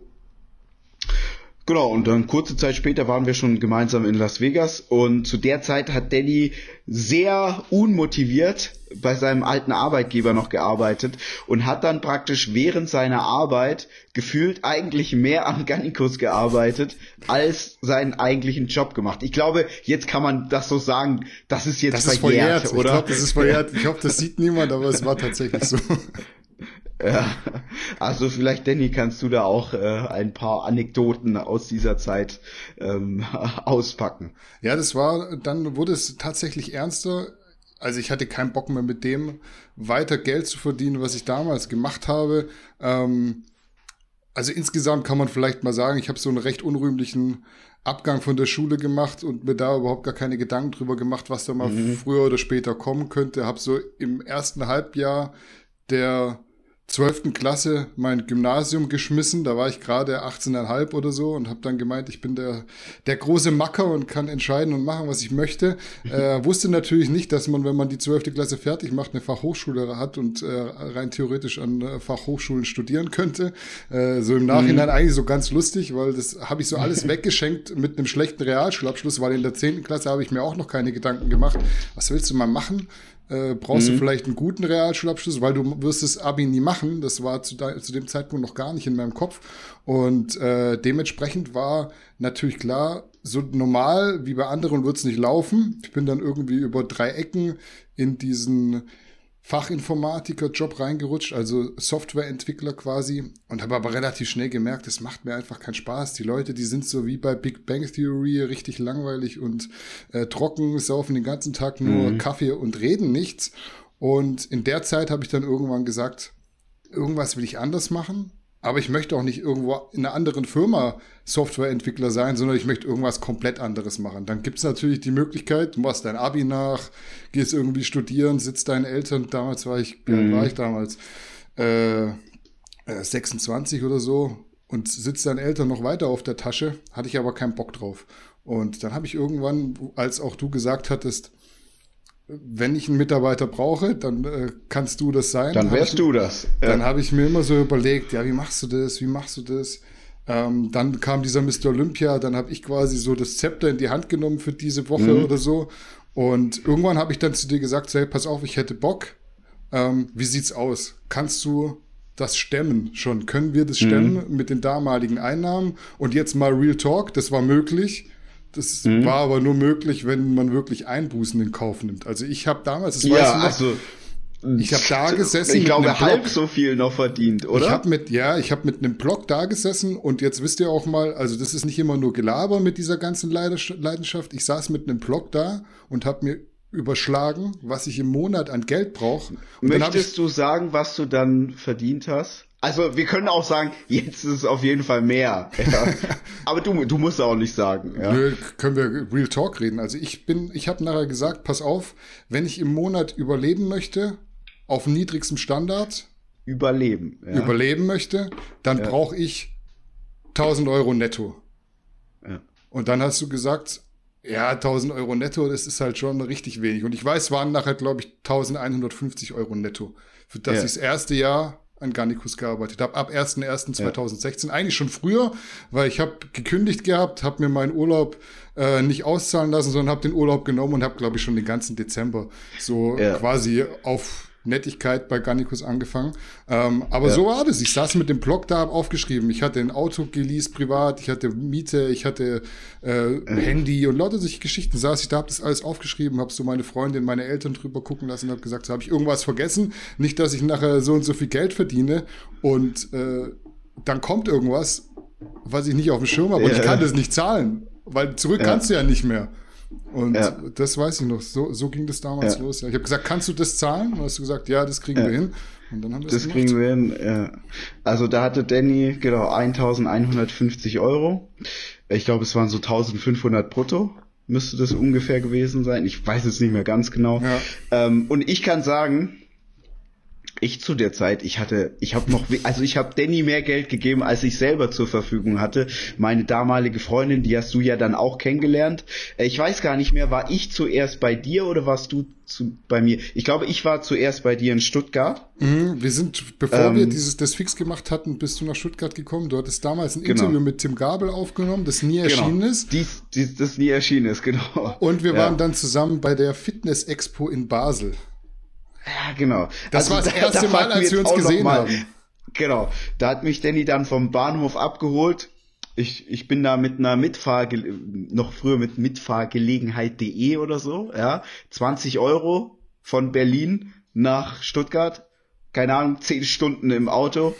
Genau, und dann kurze Zeit später waren wir schon gemeinsam in Las Vegas und zu der Zeit hat Danny sehr unmotiviert bei seinem alten Arbeitgeber noch gearbeitet und hat dann praktisch während seiner Arbeit gefühlt eigentlich mehr am Gannikus gearbeitet als seinen eigentlichen Job gemacht. Ich glaube, jetzt kann man das so sagen, das ist jetzt verjährt, oder? Ich glaube, das ist verjährt. Ich hoffe, das sieht niemand, aber es war tatsächlich so. Ja, also vielleicht, Danny, kannst du da auch ein paar Anekdoten aus dieser Zeit auspacken. Ja, dann wurde es tatsächlich ernster. Also ich hatte keinen Bock mehr mit dem weiter Geld zu verdienen, was ich damals gemacht habe. Also insgesamt kann man vielleicht mal sagen, ich habe so einen recht unrühmlichen Abgang von der Schule gemacht und mir da überhaupt gar keine Gedanken drüber gemacht, was da mal früher oder später kommen könnte. Habe so im ersten Halbjahr der 12. Klasse mein Gymnasium geschmissen, da war ich gerade 18,5 oder so und habe dann gemeint, ich bin der große Macker und kann entscheiden und machen, was ich möchte. Wusste natürlich nicht, dass man, wenn man die 12. Klasse fertig macht, eine Fachhochschule hat und rein theoretisch an Fachhochschulen studieren könnte. So im Nachhinein eigentlich so ganz lustig, weil das habe ich so alles weggeschenkt mit einem schlechten Realschulabschluss, weil in der 10. Klasse habe ich mir auch noch keine Gedanken gemacht. Was willst du mal machen? Brauchst du vielleicht einen guten Realschulabschluss, weil du wirst das Abi nie machen. Das war zu dem Zeitpunkt noch gar nicht in meinem Kopf. Und dementsprechend war natürlich klar, so normal wie bei anderen wird's nicht laufen. Ich bin dann irgendwie über 3 Ecken in diesen Fachinformatiker-Job reingerutscht, also Softwareentwickler quasi, und habe aber relativ schnell gemerkt, es macht mir einfach keinen Spaß. Die Leute, die sind so wie bei Big Bang Theory richtig langweilig und trocken, saufen den ganzen Tag nur Kaffee und reden nichts. Und in der Zeit habe ich dann irgendwann gesagt, irgendwas will ich anders machen, aber ich möchte auch nicht irgendwo in einer anderen Firma Softwareentwickler sein, sondern ich möchte irgendwas komplett anderes machen. Dann gibt es natürlich die Möglichkeit, du machst dein Abi nach, gehst irgendwie studieren, sitzt deinen Eltern, damals war ich, wie alt war ich damals? 26 oder so und sitzt deinen Eltern noch weiter auf der Tasche, hatte ich aber keinen Bock drauf. Und dann habe ich irgendwann, als auch du gesagt hattest, wenn ich einen Mitarbeiter brauche, dann kannst du das sein. Dann wärst du das. Ja. Dann habe ich mir immer so überlegt, ja, wie machst du das? Dann kam dieser Mr. Olympia, dann habe ich quasi so das Zepter in die Hand genommen für diese Woche oder so. Und irgendwann habe ich dann zu dir gesagt, hey, pass auf, ich hätte Bock. Wie sieht's aus? Kannst du das stemmen schon? Können wir das stemmen mit den damaligen Einnahmen? Und jetzt mal Real Talk, das war möglich. Das war aber nur möglich, wenn man wirklich Einbußen in Kauf nimmt. Also ich habe damals, das weiß ich noch, ich habe da gesessen. Ich glaube, halb so viel noch verdient, oder? Ich habe mit einem Blog da gesessen und jetzt wisst ihr auch mal, also das ist nicht immer nur Gelaber mit dieser ganzen Leidenschaft. Ich saß mit einem Blog da und habe mir überschlagen, was ich im Monat an Geld brauche. Möchtest du sagen, was du dann verdient hast? Also wir können auch sagen, jetzt ist es auf jeden Fall mehr. Ja. Aber du musst auch nicht sagen. Ja. Nö, können wir Real Talk reden. Also ich habe nachher gesagt, pass auf, wenn ich im Monat überleben möchte, auf niedrigstem Standard überleben möchte, dann brauche ich 1.000 Euro netto. Ja. Und dann hast du gesagt, ja, 1.000 Euro netto, das ist halt schon richtig wenig. Und ich weiß, es waren nachher, glaube ich, 1.150 Euro netto, für das ich das erste Jahr an Garnicus gearbeitet habe, ab 1.1.2016. Eigentlich schon früher, weil ich habe gekündigt gehabt, habe mir meinen Urlaub nicht auszahlen lassen, sondern habe den Urlaub genommen und habe, glaube ich, schon den ganzen Dezember so quasi auf Nettigkeit bei Garnicus angefangen. Aber so war das. Ich saß mit dem Blog da, hab aufgeschrieben. Ich hatte ein Auto geleast privat, ich hatte Miete, ich hatte Handy und lauter solche Geschichten. Saß ich da, hab das alles aufgeschrieben, hab so meine Freundin, meine Eltern drüber gucken lassen und hab gesagt, so habe ich irgendwas vergessen. Nicht, dass ich nachher so und so viel Geld verdiene und dann kommt irgendwas, was ich nicht auf dem Schirm habe und ich kann das nicht zahlen, weil zurück kannst du ja nicht mehr. Und das weiß ich noch, so ging das damals los. Ja. Ich habe gesagt, kannst du das zahlen? Und hast du gesagt, ja, das kriegen wir hin. Und dann haben wir das kriegen wir hin, ja. Also da hatte Danny, genau, 1.150 Euro. Ich glaube, es waren so 1.500 brutto, müsste das ungefähr gewesen sein. Ich weiß es nicht mehr ganz genau. Ja. Und ich kann sagen, ich zu der Zeit, ich habe Danny mehr Geld gegeben, als ich selber zur Verfügung hatte. Meine damalige Freundin, die hast du ja dann auch kennengelernt. Ich weiß gar nicht mehr, war ich zuerst bei dir oder warst du bei mir? Ich glaube, ich war zuerst bei dir in Stuttgart. Wir sind, bevor wir das fix gemacht hatten, bist du nach Stuttgart gekommen. Du hattest damals ein Interview mit Tim Gabel aufgenommen, das nie erschienen ist. Das nie erschienen ist, genau. Und wir waren dann zusammen bei der Fitness Expo in Basel. Ja, genau. Das war das erste Mal, als wir uns gesehen haben. Genau. Da hat mich Danny dann vom Bahnhof abgeholt. Ich bin da mit einer noch früher mit Mitfahrgelegenheit.de oder so, 20 Euro von Berlin nach Stuttgart. Keine Ahnung, 10 Stunden im Auto.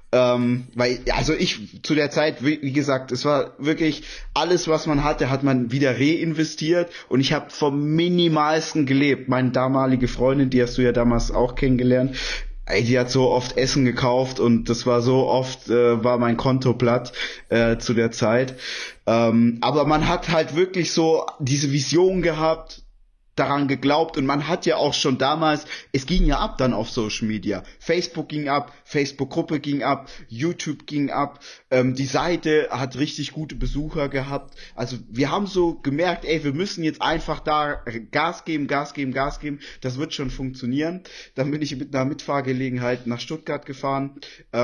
Also ich zu der Zeit, wie gesagt, es war wirklich alles, was man hatte, hat man wieder reinvestiert und ich habe vom Minimalsten gelebt. Meine damalige Freundin, die hast du ja damals auch kennengelernt, die hat so oft Essen gekauft und das war so oft, war mein Konto platt zu der Zeit. Aber man hat halt wirklich so diese Vision gehabt, daran geglaubt und man hat ja auch schon damals, es ging ja ab dann auf Social Media. Facebook ging ab, Facebook-Gruppe ging ab, YouTube ging ab, die Seite hat richtig gute Besucher gehabt. Also wir haben so gemerkt, wir müssen jetzt einfach da Gas geben, das wird schon funktionieren. Dann bin ich mit einer Mitfahrgelegenheit nach Stuttgart gefahren.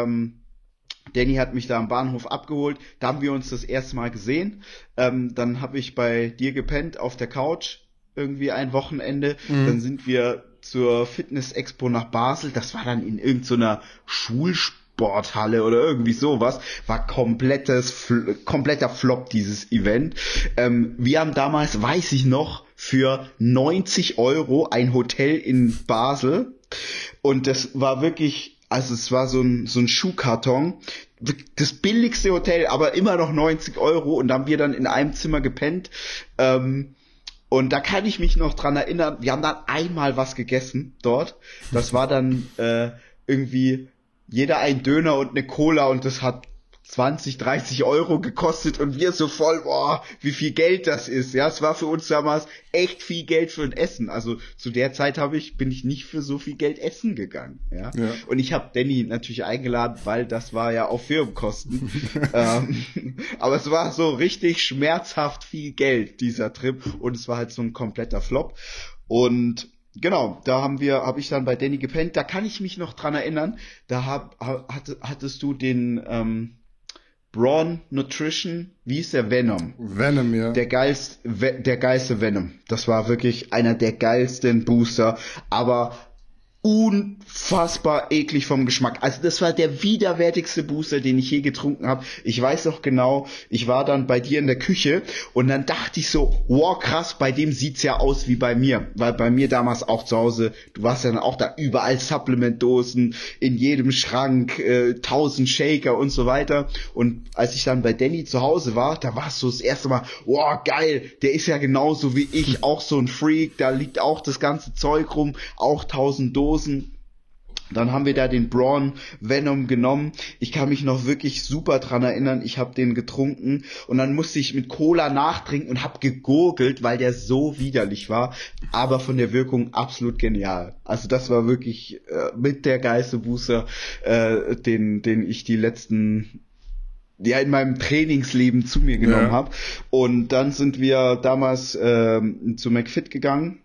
Danny hat mich da am Bahnhof abgeholt, da haben wir uns das erste Mal gesehen. Dann habe ich bei dir gepennt auf der Couch, irgendwie ein Wochenende, dann sind wir zur Fitness Expo nach Basel, das war dann in irgendeiner Schulsporthalle oder irgendwie sowas, war kompletter Flop, dieses Event. Wir haben damals, weiß ich noch, für 90 Euro ein Hotel in Basel und das war wirklich, also es war so ein Schuhkarton, das billigste Hotel, aber immer noch 90 Euro und da haben wir dann in einem Zimmer gepennt, und da kann ich mich noch dran erinnern, wir haben dann einmal was gegessen dort. Das war dann irgendwie jeder ein Döner und eine Cola und das hat 20, 30 Euro gekostet und wir so voll, boah, wie viel Geld das ist. Ja, es war für uns damals echt viel Geld für ein Essen. Also zu der Zeit bin ich nicht für so viel Geld essen gegangen. Ja. Und ich habe Danny natürlich eingeladen, weil das war ja auf Firmenkosten. Aber es war so richtig schmerzhaft viel Geld, dieser Trip. Und es war halt so ein kompletter Flop. Und genau, da habe ich dann bei Danny gepennt. Da kann ich mich noch dran erinnern. Da hattest du den Braun Nutrition, wie hieß der? Venom. Venom, ja. Der geilste Venom. Das war wirklich einer der geilsten Booster, aber unfassbar eklig vom Geschmack. Also das war der widerwärtigste Booster, den ich je getrunken habe. Ich weiß noch genau, ich war dann bei dir in der Küche und dann dachte ich so, wow, krass, bei dem sieht's ja aus wie bei mir. Weil bei mir damals auch zu Hause, du warst ja dann auch da, überall Supplement-Dosen, in jedem Schrank, 1000 Shaker und so weiter. Und als ich dann bei Danny zu Hause war, da war es so das erste Mal, wow, geil, der ist ja genauso wie ich, auch so ein Freak, da liegt auch das ganze Zeug rum, auch 1000 Dosen. Dann haben wir da den Braun Venom genommen. Ich kann mich noch wirklich super dran erinnern. Ich habe den getrunken und dann musste ich mit Cola nachtrinken und habe gegurgelt, weil der so widerlich war. Aber von der Wirkung absolut genial. Also das war wirklich mit der geilste Booster, den ich die letzten in meinem Trainingsleben zu mir genommen habe. Und dann sind wir damals zu McFit gegangen.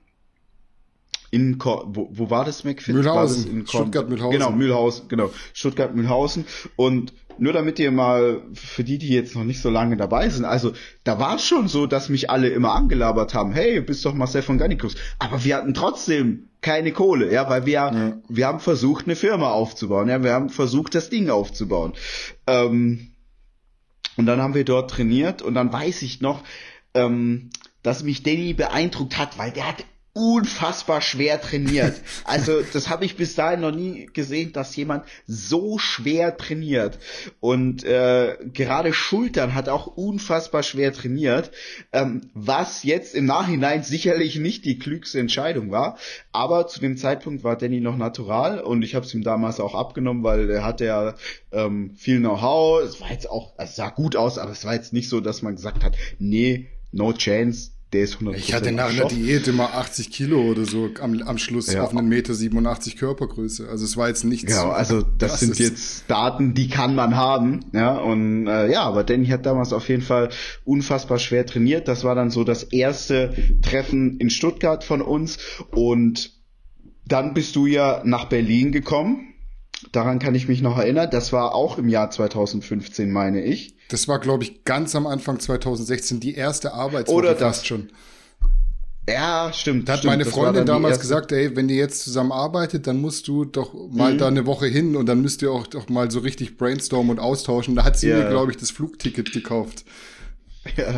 Wo war das McFit? Mühlhausen. Stuttgart-Mühlhausen. Genau, Stuttgart-Mühlhausen. Und nur damit ihr mal, für die jetzt noch nicht so lange dabei sind, also da war es schon so, dass mich alle immer angelabert haben, hey, bist doch Marcel von Gannikus. Aber wir hatten trotzdem keine Kohle, ja, weil wir haben versucht, eine Firma aufzubauen, ja, wir haben versucht, das Ding aufzubauen. Und dann haben wir dort trainiert und dann weiß ich noch, dass mich Danny beeindruckt hat, weil der hat unfassbar schwer trainiert. Also das habe ich bis dahin noch nie gesehen, dass jemand so schwer trainiert. Und gerade Schultern hat auch unfassbar schwer trainiert, was jetzt im Nachhinein sicherlich nicht die klügste Entscheidung war. Aber zu dem Zeitpunkt war Danny noch natural und ich habe es ihm damals auch abgenommen, weil er hatte ja viel Know-how. Es war jetzt auch, es sah gut aus, aber es war jetzt nicht so, dass man gesagt hat, nee, no chance. Der ist 100%. Ich hatte nach einer Diät immer 80 Kilo oder so am Schluss auf einen 1,87 Meter Körpergröße. Also es war jetzt nichts. Genau, also das sind jetzt Daten, die kann man haben. Ja, und aber Danny hat damals auf jeden Fall unfassbar schwer trainiert. Das war dann so das erste Treffen in Stuttgart von uns. Und dann bist du ja nach Berlin gekommen. Daran kann ich mich noch erinnern. Das war auch im Jahr 2015, meine ich. Das war, glaube ich, ganz am Anfang 2016 die erste Arbeitswoche. Oder das schon. Ja, stimmt. Da hat meine Freundin damals gesagt, ey, wenn ihr jetzt zusammen arbeitet, dann musst du doch mal da eine Woche hin und dann müsst ihr auch doch mal so richtig brainstormen und austauschen. Da hat sie mir, glaube ich, das Flugticket gekauft. Ja.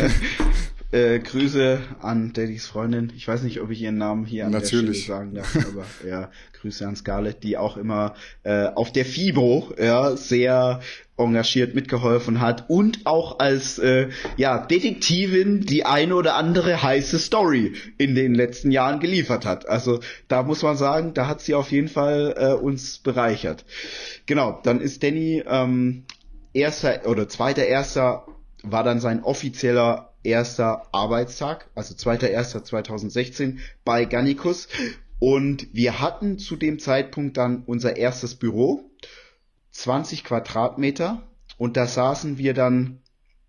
Grüße an Daddys Freundin. Ich weiß nicht, ob ich ihren Namen hier an der Stelle sagen darf, aber ja, Grüße an Scarlett, die auch immer auf der FIBO sehr engagiert mitgeholfen hat und auch als Detektivin die eine oder andere heiße Story in den letzten Jahren geliefert hat. Also da muss man sagen, da hat sie auf jeden Fall uns bereichert. Genau, dann ist Danny zweiter Erster war dann sein offizieller erster Arbeitstag, also 2.1.2016 bei Gannikus. Und wir hatten zu dem Zeitpunkt dann unser erstes Büro, 20 Quadratmeter. Und da saßen wir dann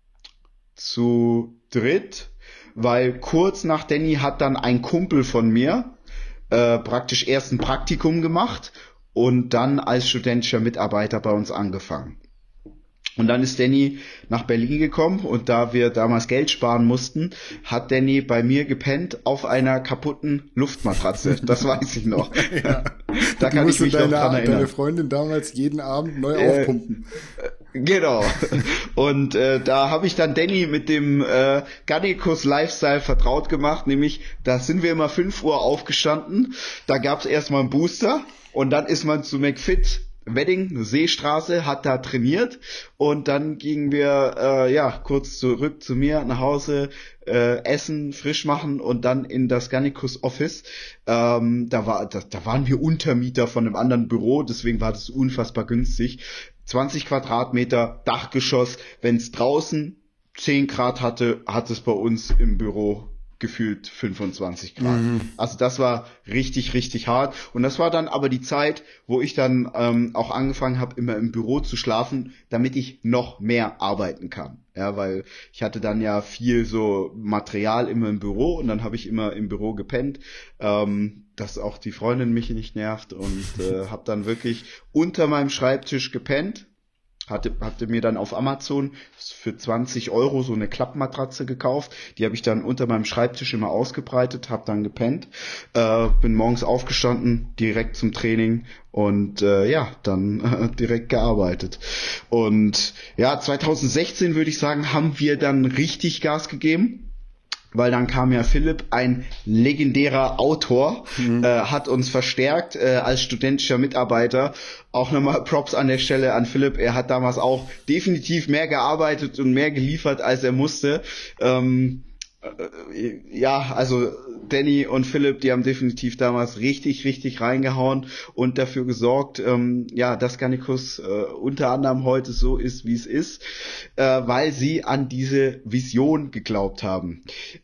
zu dritt, weil kurz nach Danny hat dann ein Kumpel von mir praktisch erst ein Praktikum gemacht und dann als studentischer Mitarbeiter bei uns angefangen. Und dann ist Danny nach Berlin gekommen und da wir damals Geld sparen mussten, hat Danny bei mir gepennt auf einer kaputten Luftmatratze. Das weiß ich noch. Ja. Da kann ich mich noch dran erinnern. Deine Freundin damals jeden Abend neu aufpumpen. Genau. Und da habe ich dann Danny mit dem Gannikus Lifestyle vertraut gemacht, nämlich da sind wir immer 5 Uhr aufgestanden, da gab es erstmal einen Booster und dann ist man zu McFit Wedding, Seestraße, hat da trainiert und dann gingen wir kurz zurück zu mir nach Hause, essen, frisch machen und dann in das Gannikus Office. Da waren wir Untermieter von einem anderen Büro, deswegen war das unfassbar günstig. 20 Quadratmeter, Dachgeschoss. Wenn es draußen 10 Grad hatte, hat es bei uns im Büro gefühlt 25 Grad. Also das war richtig, richtig hart. Und das war dann aber die Zeit, wo ich dann auch angefangen habe, immer im Büro zu schlafen, damit ich noch mehr arbeiten kann. Ja, weil ich hatte dann ja viel so Material immer im Büro und dann habe ich immer im Büro gepennt, dass auch die Freundin mich nicht nervt und habe dann wirklich unter meinem Schreibtisch gepennt. Hatte mir dann auf Amazon für 20 € so eine Klappmatratze gekauft. Die habe ich dann unter meinem Schreibtisch immer ausgebreitet, habe dann gepennt, bin morgens aufgestanden, direkt zum Training und dann direkt gearbeitet. Und ja, 2016 würde ich sagen, haben wir dann richtig Gas gegeben. Weil dann kam ja Philipp, ein legendärer Autor, hat uns verstärkt als studentischer Mitarbeiter. Auch nochmal Props an der Stelle an Philipp. Er hat damals auch definitiv mehr gearbeitet und mehr geliefert, als er musste. Also Danny und Philipp, die haben definitiv damals richtig, richtig reingehauen und dafür gesorgt, dass Garnicus unter anderem heute so ist, wie es ist, weil sie an diese Vision geglaubt haben.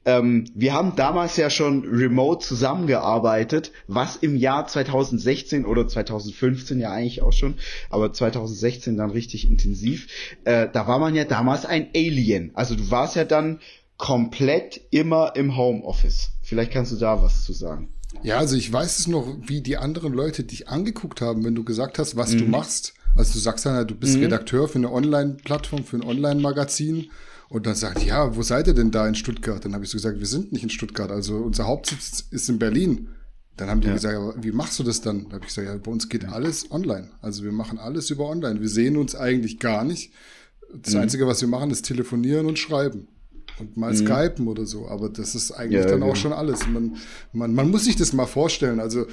Wir haben damals ja schon remote zusammengearbeitet, was im Jahr 2016 oder 2015 ja eigentlich auch schon, aber 2016 dann richtig intensiv. Da war man ja damals ein Alien. Also du warst ja dann komplett immer im Homeoffice. Vielleicht kannst du da was zu sagen. Ja, also ich weiß es noch, wie die anderen Leute dich angeguckt haben, wenn du gesagt hast, was du machst. Also du sagst dann, du bist Redakteur für eine Online-Plattform, für ein Online-Magazin und dann sagt, ja, wo seid ihr denn da in Stuttgart? Dann habe ich so gesagt, wir sind nicht in Stuttgart, also unser Hauptsitz ist in Berlin. Dann haben die gesagt, wie machst du das dann? Da habe ich gesagt, ja, bei uns geht alles online. Also wir machen alles über online. Wir sehen uns eigentlich gar nicht. Das Einzige, was wir machen, ist telefonieren und schreiben. Und mal Skypen oder so, aber das ist eigentlich dann auch schon alles. Man muss sich das mal vorstellen, also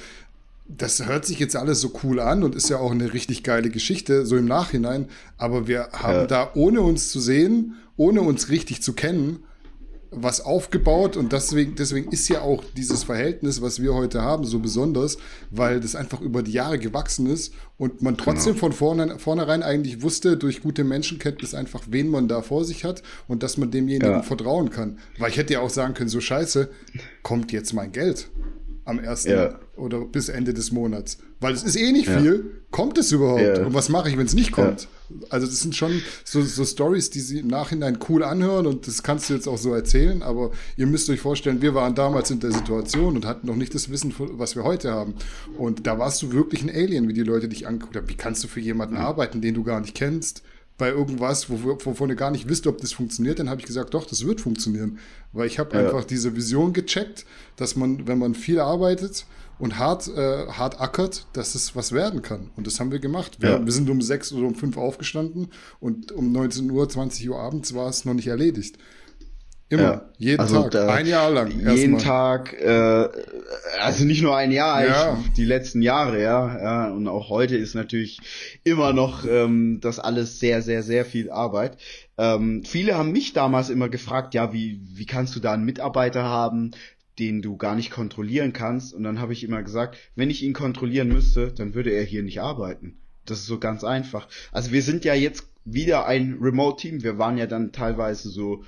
das hört sich jetzt alles so cool an und ist ja auch eine richtig geile Geschichte, so im Nachhinein, aber wir haben da, ohne uns zu sehen, ohne uns richtig zu kennen, was aufgebaut und deswegen ist ja auch dieses Verhältnis, was wir heute haben, so besonders, weil das einfach über die Jahre gewachsen ist und man trotzdem von vornherein eigentlich wusste, durch gute Menschenkenntnis einfach, wen man da vor sich hat und dass man demjenigen vertrauen kann. Weil ich hätte ja auch sagen können, so scheiße, kommt jetzt mein Geld am 1. oder bis Ende des Monats. Weil es ist eh nicht viel. Kommt es überhaupt? Und was mache ich, wenn es nicht kommt? Also das sind schon so Stories, die sie im Nachhinein cool anhören und das kannst du jetzt auch so erzählen, aber ihr müsst euch vorstellen, wir waren damals in der Situation und hatten noch nicht das Wissen, was wir heute haben. Und da warst du wirklich ein Alien, wie die Leute dich angeguckt haben. Wie kannst du für jemanden arbeiten, den du gar nicht kennst? Bei irgendwas, wovon ihr gar nicht wisst, ob das funktioniert, dann habe ich gesagt, doch, das wird funktionieren. Weil ich habe einfach diese Vision gecheckt, dass man, wenn man viel arbeitet und hart ackert, dass es was werden kann. Und das haben wir gemacht. Wir sind um 6 oder um 5 aufgestanden und um 19 Uhr, 20 Uhr abends war es noch nicht erledigt. Immer, jeden Tag, ein Jahr lang. Jeden Tag, also nicht nur ein Jahr, eigentlich die letzten Jahre, ja. Und auch heute ist natürlich immer noch das alles sehr, sehr, sehr viel Arbeit. Viele haben mich damals immer gefragt, ja, wie kannst du da einen Mitarbeiter haben, den du gar nicht kontrollieren kannst? Und dann habe ich immer gesagt, wenn ich ihn kontrollieren müsste, dann würde er hier nicht arbeiten. Das ist so ganz einfach. Also wir sind ja jetzt wieder ein Remote-Team. Wir waren ja dann teilweise so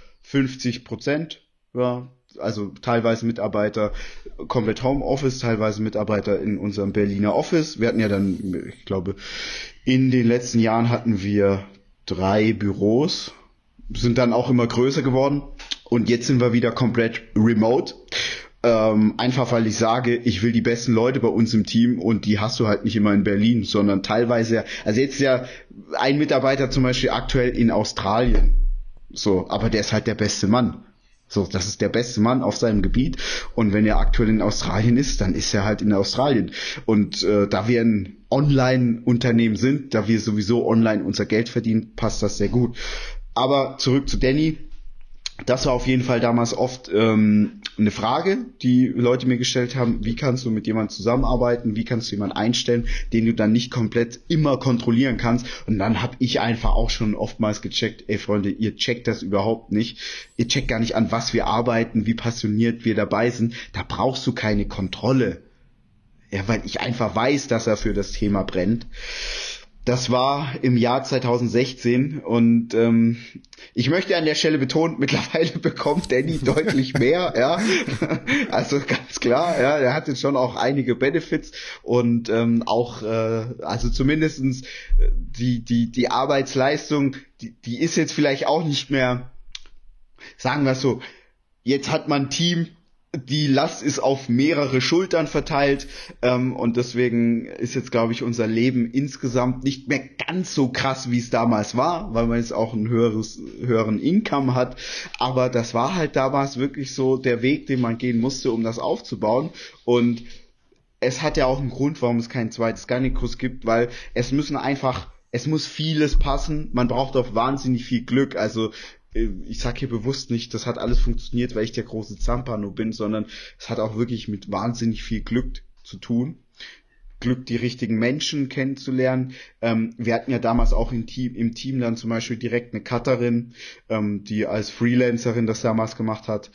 50%, ja, also teilweise Mitarbeiter komplett Homeoffice, teilweise Mitarbeiter in unserem Berliner Office. Wir hatten ja dann, ich glaube, in den letzten Jahren hatten wir 3 Büros, sind dann auch immer größer geworden und jetzt sind wir wieder komplett remote. Einfach weil ich sage, ich will die besten Leute bei uns im Team und die hast du halt nicht immer in Berlin, sondern teilweise, also jetzt ja ein Mitarbeiter zum Beispiel aktuell in Australien. So, aber der ist halt der beste Mann. So, das ist der beste Mann auf seinem Gebiet. Und wenn er aktuell in Australien ist, dann ist er halt in Australien. Und da wir ein Online-Unternehmen sind, da wir sowieso online unser Geld verdienen, passt das sehr gut. Aber zurück zu Danny. Das war auf jeden Fall damals oft eine Frage, die Leute mir gestellt haben, wie kannst du mit jemandem zusammenarbeiten, wie kannst du jemanden einstellen, den du dann nicht komplett immer kontrollieren kannst. Und dann habe ich einfach auch schon oftmals gecheckt, ey Freunde, ihr checkt das überhaupt nicht. Ihr checkt gar nicht an, was wir arbeiten, wie passioniert wir dabei sind. Da brauchst du keine Kontrolle. Ja, weil ich einfach weiß, dass er für das Thema brennt. Das war im Jahr 2016 und ich möchte an der Stelle betonen, mittlerweile bekommt Danny deutlich mehr, ja, also ganz klar, ja, er hat jetzt schon auch einige Benefits und auch, also zumindestens die Arbeitsleistung, die ist jetzt vielleicht auch nicht mehr, sagen wir es so, jetzt hat man ein Team, die Last ist auf mehrere Schultern verteilt und deswegen ist jetzt, glaube ich, unser Leben insgesamt nicht mehr ganz so krass, wie es damals war, weil man jetzt auch einen höheren Income hat. Aber das war halt damals wirklich so der Weg, den man gehen musste, um das aufzubauen. Und es hat ja auch einen Grund, warum es kein zweites Gannikus gibt, weil es muss vieles passen. Man braucht auch wahnsinnig viel Glück. Also ich sag hier bewusst nicht, das hat alles funktioniert, weil ich der große Zampano bin, sondern es hat auch wirklich mit wahnsinnig viel Glück zu tun. Glück, die richtigen Menschen kennenzulernen. Wir hatten ja damals auch im Team dann zum Beispiel direkt eine Cutterin, die als Freelancerin das damals gemacht hat.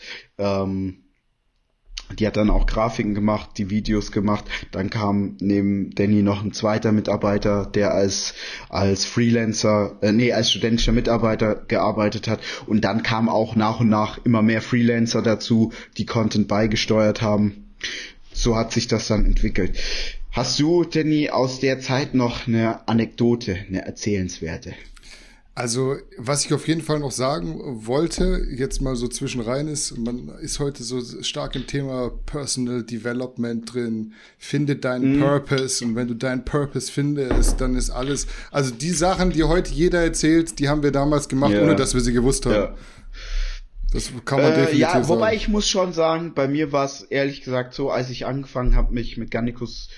Die hat dann auch Grafiken gemacht, die Videos gemacht. Dann kam neben Danny noch ein zweiter Mitarbeiter, der als Freelancer, als studentischer Mitarbeiter gearbeitet hat. Und dann kam auch nach und nach immer mehr Freelancer dazu, die Content beigesteuert haben. So hat sich das dann entwickelt. Hast du, Danny, aus der Zeit noch eine Anekdote, eine erzählenswerte? Also, was ich auf jeden Fall noch sagen wollte, jetzt mal so zwischenrein ist, man ist heute so stark im Thema Personal Development drin, finde deinen Purpose, und wenn du deinen Purpose findest, dann ist alles, also die Sachen, die heute jeder erzählt, die haben wir damals gemacht, ohne dass wir sie gewusst haben. Ja. Das kann man definitiv sagen. Wobei ich muss schon sagen, bei mir war es ehrlich gesagt so, als ich angefangen habe, mich mit Gannikus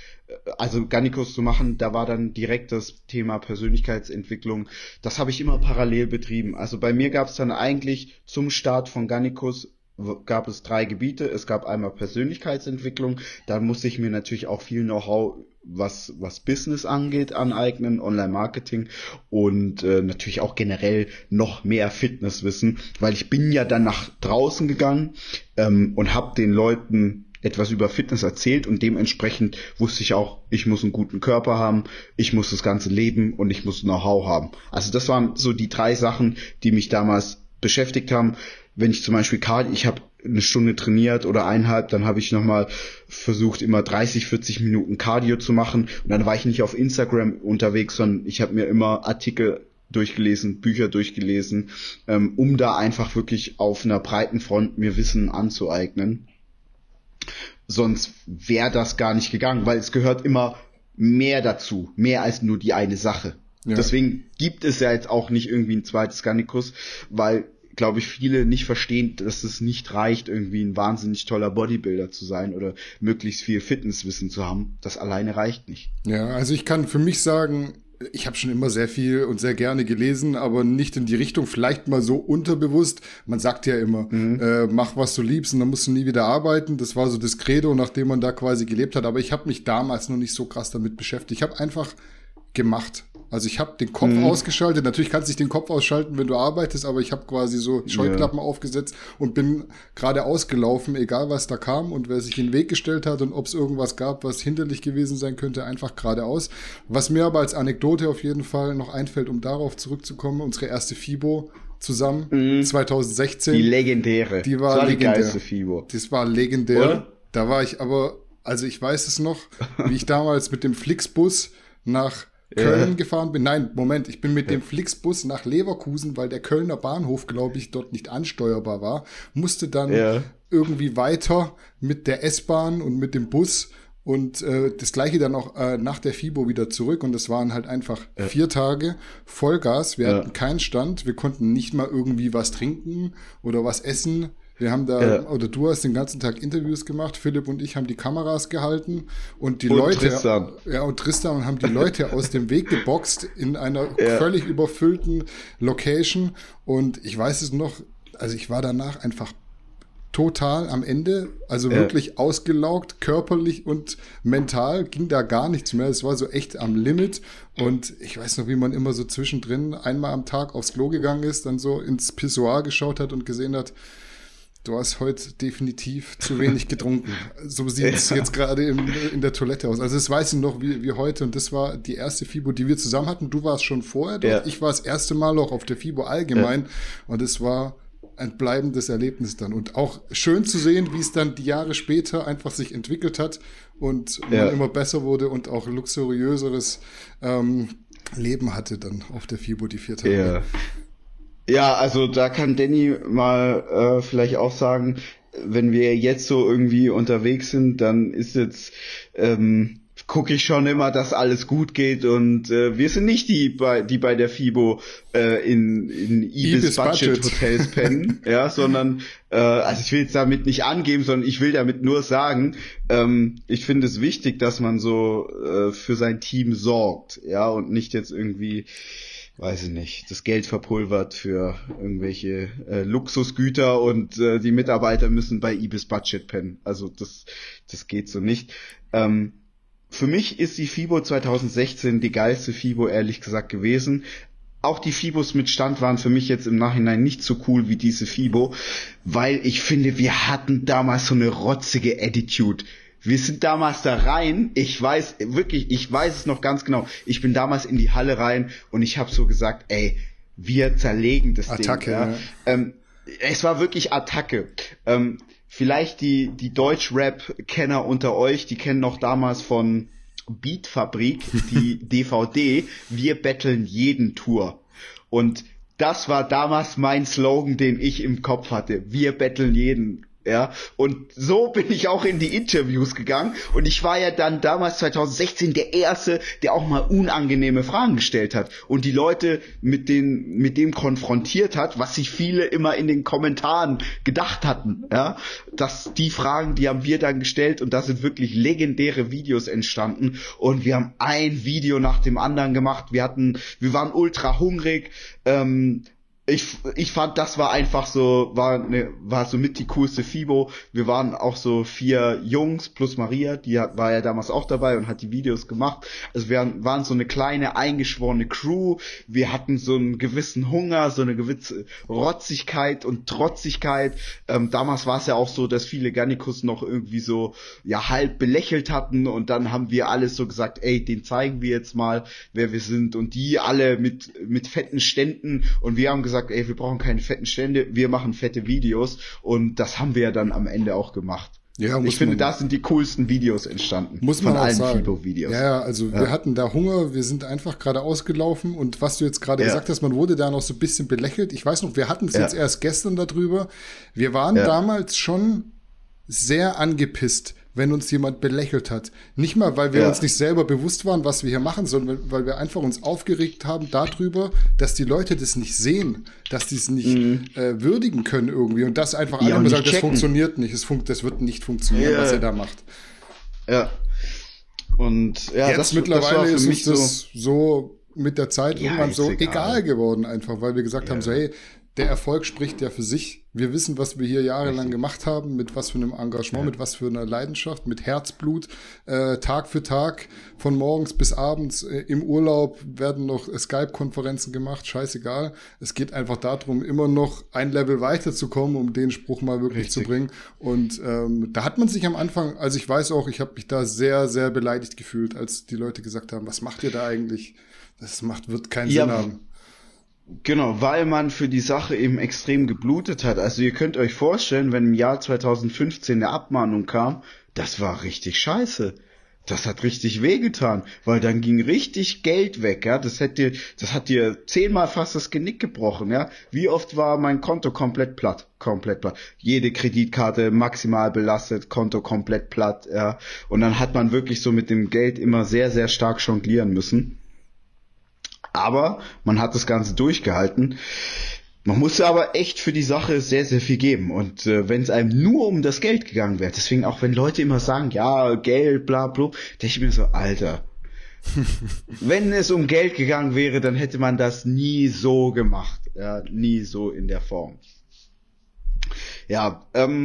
zu machen, da war dann direkt das Thema Persönlichkeitsentwicklung. Das habe ich immer parallel betrieben. Also bei mir gab es dann eigentlich zum Start von Gannikus gab es 3 Gebiete. Es gab einmal Persönlichkeitsentwicklung, da musste ich mir natürlich auch viel Know-how, was Business angeht, aneignen, Online-Marketing und natürlich auch generell noch mehr Fitnesswissen, weil ich bin ja dann nach draußen gegangen und habe den Leuten etwas über Fitness erzählt und dementsprechend wusste ich auch, ich muss einen guten Körper haben, ich muss das ganze leben und ich muss Know-how haben. Also das waren so die 3 Sachen, die mich damals beschäftigt haben. Wenn ich zum Beispiel ich habe eine Stunde trainiert oder 1,5, dann habe ich nochmal versucht, immer 30, 40 Minuten Cardio zu machen und dann war ich nicht auf Instagram unterwegs, sondern ich habe mir immer Artikel durchgelesen, Bücher durchgelesen, um da einfach wirklich auf einer breiten Front mir Wissen anzueignen. Sonst wäre das gar nicht gegangen, weil es gehört immer mehr dazu, mehr als nur die eine Sache. Ja. Deswegen gibt es ja jetzt auch nicht irgendwie ein zweites Gannikus, weil, glaube ich, viele nicht verstehen, dass es nicht reicht, irgendwie ein wahnsinnig toller Bodybuilder zu sein oder möglichst viel Fitnesswissen zu haben. Das alleine reicht nicht. Ja, also ich kann für mich sagen, ich habe schon immer sehr viel und sehr gerne gelesen, aber nicht in die Richtung, vielleicht mal so unterbewusst. Man sagt ja immer, mach, was du liebst und dann musst du nie wieder arbeiten. Das war so das Credo, nachdem man da quasi gelebt hat. Aber ich habe mich damals noch nicht so krass damit beschäftigt. Ich habe einfach gemacht. Also ich habe den Kopf ausgeschaltet. Natürlich kannst du nicht den Kopf ausschalten, wenn du arbeitest, aber ich habe quasi so Scheuklappen aufgesetzt und bin geradeaus gelaufen, egal was da kam und wer sich in den Weg gestellt hat und ob es irgendwas gab, was hinderlich gewesen sein könnte, einfach geradeaus. Was mir aber als Anekdote auf jeden Fall noch einfällt, um darauf zurückzukommen, unsere erste FIBO zusammen, 2016. Die legendäre. Die war legendär. Die geilste FIBO. Das war legendär. Oder? Da war ich aber, also ich weiß es noch, wie ich damals mit dem Flixbus nach Köln gefahren bin. Nein, Moment, ich bin mit dem Flixbus nach Leverkusen, weil der Kölner Bahnhof, glaube ich, dort nicht ansteuerbar war, musste dann irgendwie weiter mit der S-Bahn und mit dem Bus und das gleiche dann auch nach der FIBO wieder zurück und das waren halt einfach 4 Tage Vollgas. Wir hatten keinen Stand, wir konnten nicht mal irgendwie was trinken oder was essen. Wir haben da, oder du hast den ganzen Tag Interviews gemacht, Philipp und ich haben die Kameras gehalten und Tristan. Ja, und Tristan haben die Leute aus dem Weg geboxt in einer völlig überfüllten Location und ich weiß es noch, also ich war danach einfach total am Ende, also wirklich ausgelaugt, körperlich und mental ging da gar nichts mehr. Es war so echt am Limit und ich weiß noch, wie man immer so zwischendrin einmal am Tag aufs Klo gegangen ist, dann so ins Pissoir geschaut hat und gesehen hat, Du hast heute definitiv zu wenig getrunken. So sieht es jetzt gerade in der Toilette aus. Also das weiß ich noch wie heute. Und das war die erste FIBO, die wir zusammen hatten. Du warst schon vorher dort. Ja. Ich war das erste Mal auch auf der FIBO allgemein. Ja. Und es war ein bleibendes Erlebnis dann. Und auch schön zu sehen, wie es dann die Jahre später einfach sich entwickelt hat und man immer besser wurde und auch luxuriöseres Leben hatte dann auf der FIBO die 4 Tage. Ja. Ja, also da kann Danny mal vielleicht auch sagen, wenn wir jetzt so irgendwie unterwegs sind, dann ist jetzt gucke ich schon immer, dass alles gut geht und wir sind nicht die bei der FIBO in Ibis Budget Hotels pennen, ja, sondern also ich will jetzt damit nicht angeben, sondern ich will damit nur sagen, ich finde es wichtig, dass man so für sein Team sorgt, ja, und nicht jetzt irgendwie, weiß ich nicht, das Geld verpulvert für irgendwelche Luxusgüter und die Mitarbeiter müssen bei Ibis Budget pennen. Also das geht so nicht. Für mich ist die FIBO 2016 die geilste FIBO, ehrlich gesagt, gewesen. Auch die FIBOs mit Stand waren für mich jetzt im Nachhinein nicht so cool wie diese FIBO, weil ich finde, wir hatten damals so eine rotzige Attitude. Wir sind damals da rein, ich weiß es noch ganz genau, ich bin damals in die Halle rein und ich habe so gesagt, ey, wir zerlegen das Attacke, Ding. Ja. Es war wirklich Attacke. Vielleicht die Deutsch-Rap-Kenner unter euch, die kennen noch damals von Beatfabrik die DVD, wir betteln jeden Tour. Und das war damals mein Slogan, den ich im Kopf hatte. Wir betteln jeden. Ja, und so bin ich auch in die Interviews gegangen und ich war ja dann damals 2016 der Erste, der auch mal unangenehme Fragen gestellt hat und die Leute mit dem konfrontiert hat, was sich viele immer in den Kommentaren gedacht hatten, ja, dass die Fragen, die haben wir dann gestellt und da sind wirklich legendäre Videos entstanden und wir haben ein Video nach dem anderen gemacht, wir waren ultra hungrig, ich fand, das war einfach so, war so mit die coolste FIBO. Wir waren auch so 4 Jungs plus Maria, die war ja damals auch dabei und hat die Videos gemacht. Also wir waren so eine kleine, eingeschworene Crew. Wir hatten so einen gewissen Hunger, so eine gewisse Rotzigkeit und Trotzigkeit. Damals war es ja auch so, dass viele Garnikus noch irgendwie so, ja, halb belächelt hatten und dann haben wir alles so gesagt, ey, den zeigen wir jetzt mal, wer wir sind und die alle mit fetten Ständen und wir haben gesagt, ey, wir brauchen keine fetten Stände, wir machen fette Videos und das haben wir ja dann am Ende auch gemacht. Ja, ich finde, da sind die coolsten Videos entstanden. Muss man von allen sagen. FIBO-Videos. Ja, also wir hatten da Hunger, wir sind einfach gerade ausgelaufen und was du jetzt gerade gesagt hast, man wurde da noch so ein bisschen belächelt. Ich weiß noch, wir hatten es jetzt erst gestern darüber. Wir waren damals schon sehr angepisst, wenn uns jemand belächelt hat. Nicht mal, weil wir uns nicht selber bewusst waren, was wir hier machen, sondern weil wir einfach uns aufgeregt haben darüber, dass die Leute das nicht sehen, dass die es nicht würdigen können irgendwie und das einfach alle immer sagen, das funktioniert nicht, das wird nicht funktionieren, was er da macht. Ja. Und ja, jetzt mittlerweile ist uns das so mit der Zeit irgendwann so egal geworden einfach, weil wir gesagt haben, so hey, der Erfolg spricht ja für sich. Wir wissen, was wir hier jahrelang gemacht haben, mit was für einem Engagement, mit was für einer Leidenschaft, mit Herzblut, Tag für Tag, von morgens bis abends. Im Urlaub werden noch Skype-Konferenzen gemacht, scheißegal. Es geht einfach darum, immer noch ein Level weiterzukommen, um den Spruch mal wirklich zu bringen. Und da hat man sich am Anfang, also ich weiß auch, ich habe mich da sehr, sehr beleidigt gefühlt, als die Leute gesagt haben, was macht ihr da eigentlich? Wird keinen Sinn haben. Genau, weil man für die Sache eben extrem geblutet hat. Also ihr könnt euch vorstellen, wenn im Jahr 2015 eine Abmahnung kam, das war richtig scheiße. Das hat richtig wehgetan, weil dann ging richtig Geld weg, ja. Das hat dir 10-mal fast das Genick gebrochen, ja. Wie oft war mein Konto komplett platt? Komplett platt. Jede Kreditkarte maximal belastet, Konto komplett platt, ja. Und dann hat man wirklich so mit dem Geld immer sehr, sehr stark jonglieren müssen. Aber man hat das Ganze durchgehalten. Man musste aber echt für die Sache sehr, sehr viel geben. Und wenn es einem nur um das Geld gegangen wäre, deswegen auch wenn Leute immer sagen, ja, Geld, bla bla, denke ich mir so, Alter, wenn es um Geld gegangen wäre, dann hätte man das nie so gemacht. Ja, nie so in der Form. Ja,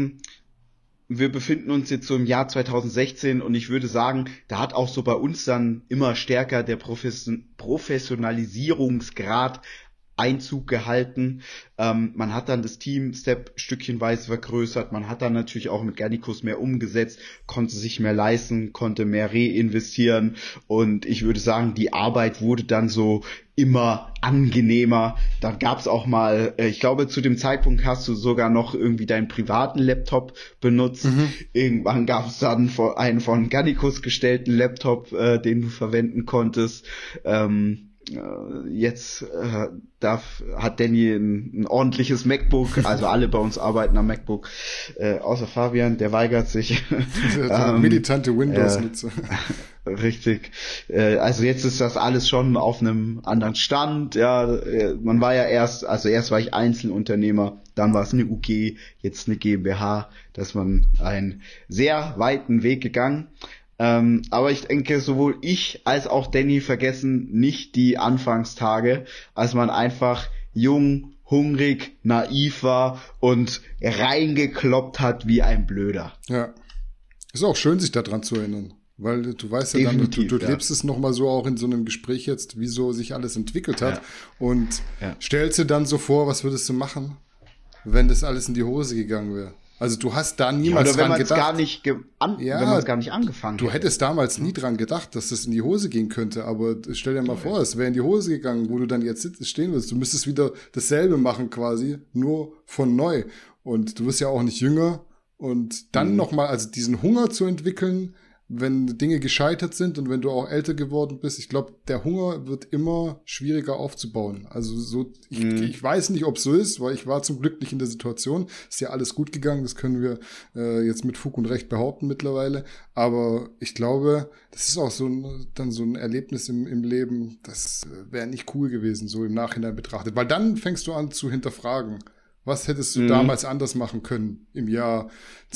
wir befinden uns jetzt so im Jahr 2016 und ich würde sagen, da hat auch so bei uns dann immer stärker der Professionalisierungsgrad Einzug gehalten. Man hat dann das Team stückchenweise vergrößert. Man hat dann natürlich auch mit Gannicus mehr umgesetzt, konnte sich mehr leisten, konnte mehr reinvestieren. Und ich würde sagen, die Arbeit wurde dann so immer angenehmer. Dann gab es auch mal, ich glaube, zu dem Zeitpunkt hast du sogar noch irgendwie deinen privaten Laptop benutzt. Irgendwann gab es dann einen von Gannicus gestellten Laptop, den du verwenden konntest. Jetzt hat Danny ein ordentliches MacBook, also alle bei uns arbeiten am MacBook, außer Fabian, der weigert sich. Militante Windows-Nutzer. Richtig. Also jetzt ist das alles schon auf einem anderen Stand. Ja, man war ja erst war ich Einzelunternehmer, dann war es eine UG, jetzt eine GmbH, da ist man einen sehr weiten Weg gegangen. Aber ich denke, sowohl ich als auch Danny vergessen nicht die Anfangstage, als man einfach jung, hungrig, naiv war und reingekloppt hat wie ein Blöder. Ja. Ist auch schön, sich daran zu erinnern. Weil du weißt ja dann, du lebst es nochmal so auch in so einem Gespräch jetzt, wie so sich alles entwickelt hat. Und stellst dir dann so vor, was würdest du machen, wenn das alles in die Hose gegangen wäre? Also du hast da niemals dran gedacht. Wenn man es gar nicht angefangen hätte. Du hättest damals nie dran gedacht, dass das in die Hose gehen könnte. Aber stell dir mal vor, es wäre in die Hose gegangen, wo du dann jetzt stehen willst. Du müsstest wieder dasselbe machen quasi, nur von neu. Und du wirst ja auch nicht jünger. Und dann nochmal, also diesen Hunger zu entwickeln, wenn Dinge gescheitert sind und wenn du auch älter geworden bist, ich glaube, der Hunger wird immer schwieriger aufzubauen. Also so, ich weiß nicht, ob es so ist, weil ich war zum Glück nicht in der Situation. Ist ja alles gut gegangen, das können wir jetzt mit Fug und Recht behaupten mittlerweile. Aber ich glaube, das ist auch dann so ein Erlebnis im Leben, das wäre nicht cool gewesen, so im Nachhinein betrachtet. Weil dann fängst du an zu hinterfragen. Was hättest du damals anders machen können im Jahr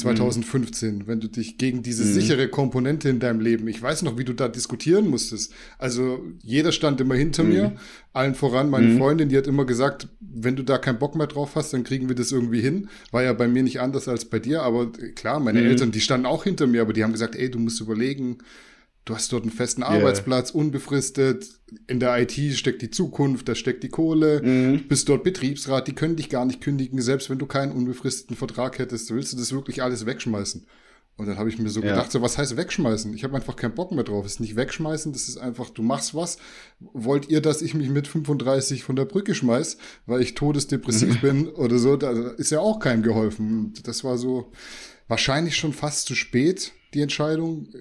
2015, wenn du dich gegen diese sichere Komponente in deinem Leben, ich weiß noch, wie du da diskutieren musstest. Also jeder stand immer hinter mir, allen voran meine Freundin, die hat immer gesagt, wenn du da keinen Bock mehr drauf hast, dann kriegen wir das irgendwie hin. War ja bei mir nicht anders als bei dir, aber klar, meine Eltern, die standen auch hinter mir, aber die haben gesagt, ey, du musst überlegen, du hast dort einen festen Arbeitsplatz, unbefristet. In der IT steckt die Zukunft, da steckt die Kohle. Bist dort Betriebsrat, die können dich gar nicht kündigen, selbst wenn du keinen unbefristeten Vertrag hättest. Willst du das wirklich alles wegschmeißen? Und dann habe ich mir so gedacht, so was heißt wegschmeißen? Ich habe einfach keinen Bock mehr drauf. Es ist nicht wegschmeißen, das ist einfach, du machst was. Wollt ihr, dass ich mich mit 35 von der Brücke schmeiß, weil ich todesdepressiv bin oder so? Da ist ja auch keinem geholfen. Das war so wahrscheinlich schon fast zu spät, die Entscheidung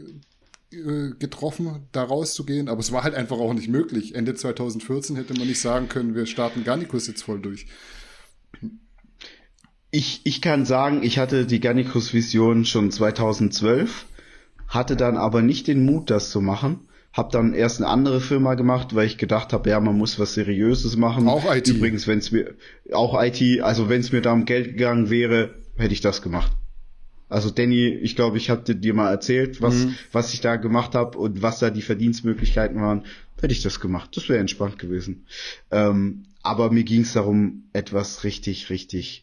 getroffen, da rauszugehen, aber es war halt einfach auch nicht möglich. Ende 2014 hätte man nicht sagen können, wir starten Gannicus jetzt voll durch. Ich kann sagen, ich hatte die Gannicus-Vision schon 2012, hatte dann aber nicht den Mut, das zu machen. Hab dann erst eine andere Firma gemacht, weil ich gedacht habe, ja, man muss was Seriöses machen. Auch IT. Übrigens, wenn es mir da um Geld gegangen wäre, hätte ich das gemacht. Also Danny, ich glaube, ich hatte dir mal erzählt, was ich da gemacht habe und was da die Verdienstmöglichkeiten waren. Hätte ich das gemacht. Das wäre entspannt gewesen. Aber mir ging es darum, etwas richtig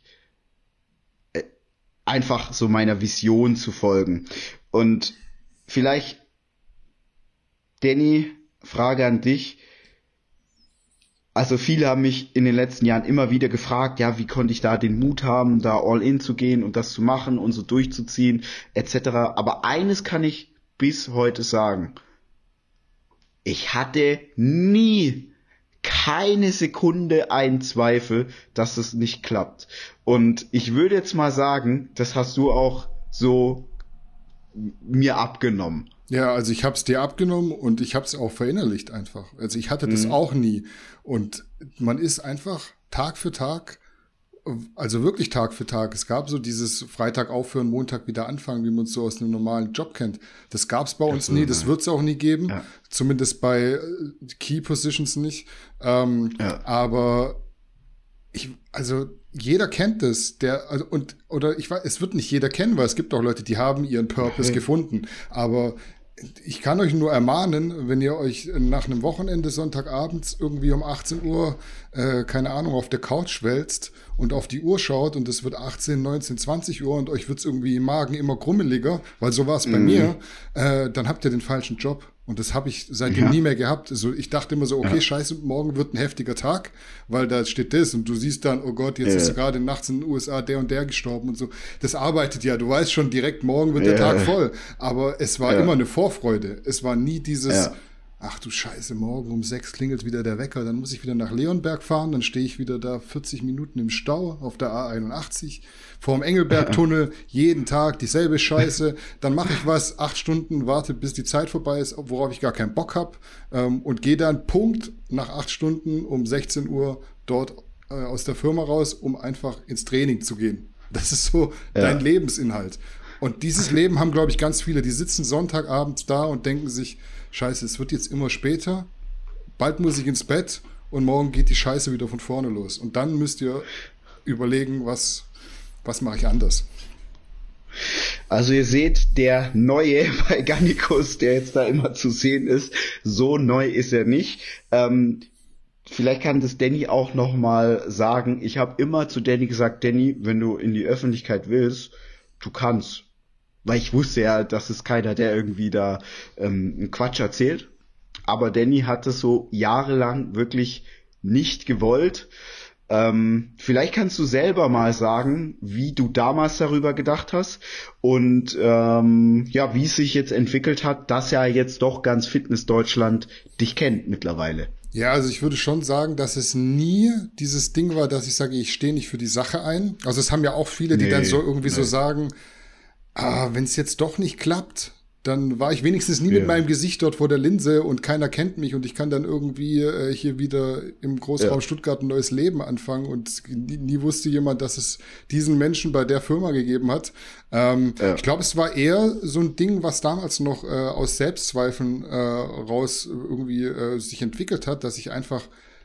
einfach so meiner Vision zu folgen. Und vielleicht, Danny, Frage an dich. Also viele haben mich in den letzten Jahren immer wieder gefragt, ja, wie konnte ich da den Mut haben, da all in zu gehen und das zu machen und so durchzuziehen, etc. Aber eines kann ich bis heute sagen. Ich hatte nie, keine Sekunde einen Zweifel, dass es nicht klappt. Und ich würde jetzt mal sagen, das hast du auch so mir abgenommen. Ja, also ich habe es dir abgenommen und ich habe es auch verinnerlicht einfach. Also ich hatte das auch nie. Und man ist einfach Tag für Tag, also wirklich Tag für Tag. Es gab so dieses Freitag aufhören, Montag wieder anfangen, wie man es so aus einem normalen Job kennt. Das gab es bei uns nie, das wird es auch nie geben. Ja. Zumindest bei Key Positions nicht. Aber also jeder kennt es, es wird nicht jeder kennen, weil es gibt auch Leute, die haben ihren Purpose gefunden. Aber ich kann euch nur ermahnen, wenn ihr euch nach einem Wochenende Sonntagabends irgendwie um 18 Uhr, keine Ahnung, auf der Couch wälzt und auf die Uhr schaut und es wird 18, 19, 20 Uhr und euch wird's irgendwie im Magen immer grummeliger, weil so war es bei mir, dann habt ihr den falschen Job. Und das habe ich seitdem nie mehr gehabt. Also ich dachte immer so, okay, scheiße, morgen wird ein heftiger Tag, weil da steht das und du siehst dann, oh Gott, jetzt ist gerade nachts in den USA der und der gestorben und so. Das arbeitet ja, du weißt schon direkt, morgen wird der Tag voll. Aber es war immer eine Vorfreude. Es war nie dieses, ach du Scheiße, morgen um 6 klingelt wieder der Wecker, dann muss ich wieder nach Leonberg fahren, dann stehe ich wieder da 40 Minuten im Stau auf der A81 vorm Engelbergtunnel, jeden Tag dieselbe Scheiße, dann mache ich was, 8 Stunden, warte, bis die Zeit vorbei ist, worauf ich gar keinen Bock habe und gehe dann Punkt nach 8 Stunden um 16 Uhr dort aus der Firma raus, um einfach ins Training zu gehen. Das ist so dein Lebensinhalt. Und dieses Leben haben, glaube ich, ganz viele, die sitzen Sonntagabends da und denken sich, Scheiße, es wird jetzt immer später, bald muss ich ins Bett und morgen geht die Scheiße wieder von vorne los. Und dann müsst ihr überlegen, was mache ich anders. Also ihr seht, der Neue bei Gannikus, der jetzt da immer zu sehen ist, so neu ist er nicht. Vielleicht kann das Danny auch nochmal sagen. Ich habe immer zu Danny gesagt, Danny, wenn du in die Öffentlichkeit willst, du kannst. Weil ich wusste ja, das ist keiner, der irgendwie da einen Quatsch erzählt. Aber Danny hat es so jahrelang wirklich nicht gewollt. Vielleicht kannst du selber mal sagen, wie du damals darüber gedacht hast und wie es sich jetzt entwickelt hat, dass ja jetzt doch ganz Fitness Deutschland dich kennt mittlerweile. Ja, also ich würde schon sagen, dass es nie dieses Ding war, dass ich sage, ich stehe nicht für die Sache ein. Also es haben ja auch viele, die dann so irgendwie so sagen, wenn es jetzt doch nicht klappt, dann war ich wenigstens nie mit meinem Gesicht dort vor der Linse und keiner kennt mich und ich kann dann irgendwie hier wieder im Großraum Stuttgart ein neues Leben anfangen und nie wusste jemand, dass es diesen Menschen bei der Firma gegeben hat. Ich glaube, es war eher so ein Ding, was damals noch aus Selbstzweifeln raus irgendwie sich entwickelt hat, dass ich einfach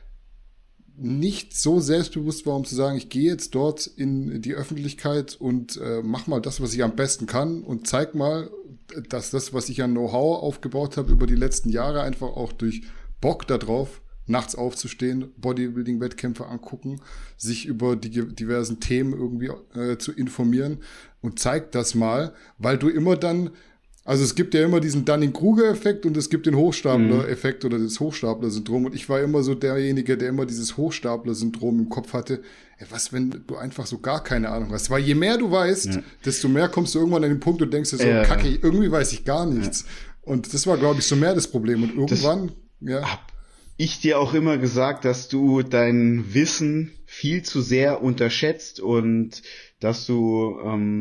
nicht so selbstbewusst war, um zu sagen, ich gehe jetzt dort in die Öffentlichkeit und mach mal das, was ich am besten kann und zeig mal, dass das, was ich an Know-how aufgebaut habe über die letzten Jahre, einfach auch durch Bock darauf, nachts aufzustehen, Bodybuilding-Wettkämpfe angucken, sich über die diversen Themen irgendwie zu informieren und zeig das mal, weil du immer dann, also es gibt ja immer diesen Dunning-Kruger-Effekt und es gibt den Hochstapler-Effekt oder das Hochstapler-Syndrom. Und ich war immer so derjenige, der immer dieses Hochstapler-Syndrom im Kopf hatte. Ey, was, wenn du einfach so gar keine Ahnung hast? Weil je mehr du weißt, desto mehr kommst du irgendwann an den Punkt und denkst dir so, Kacke, irgendwie weiß ich gar nichts. Und das war, glaube ich, so mehr das Problem. Und irgendwann, hab ich dir auch immer gesagt, dass du dein Wissen viel zu sehr unterschätzt und dass du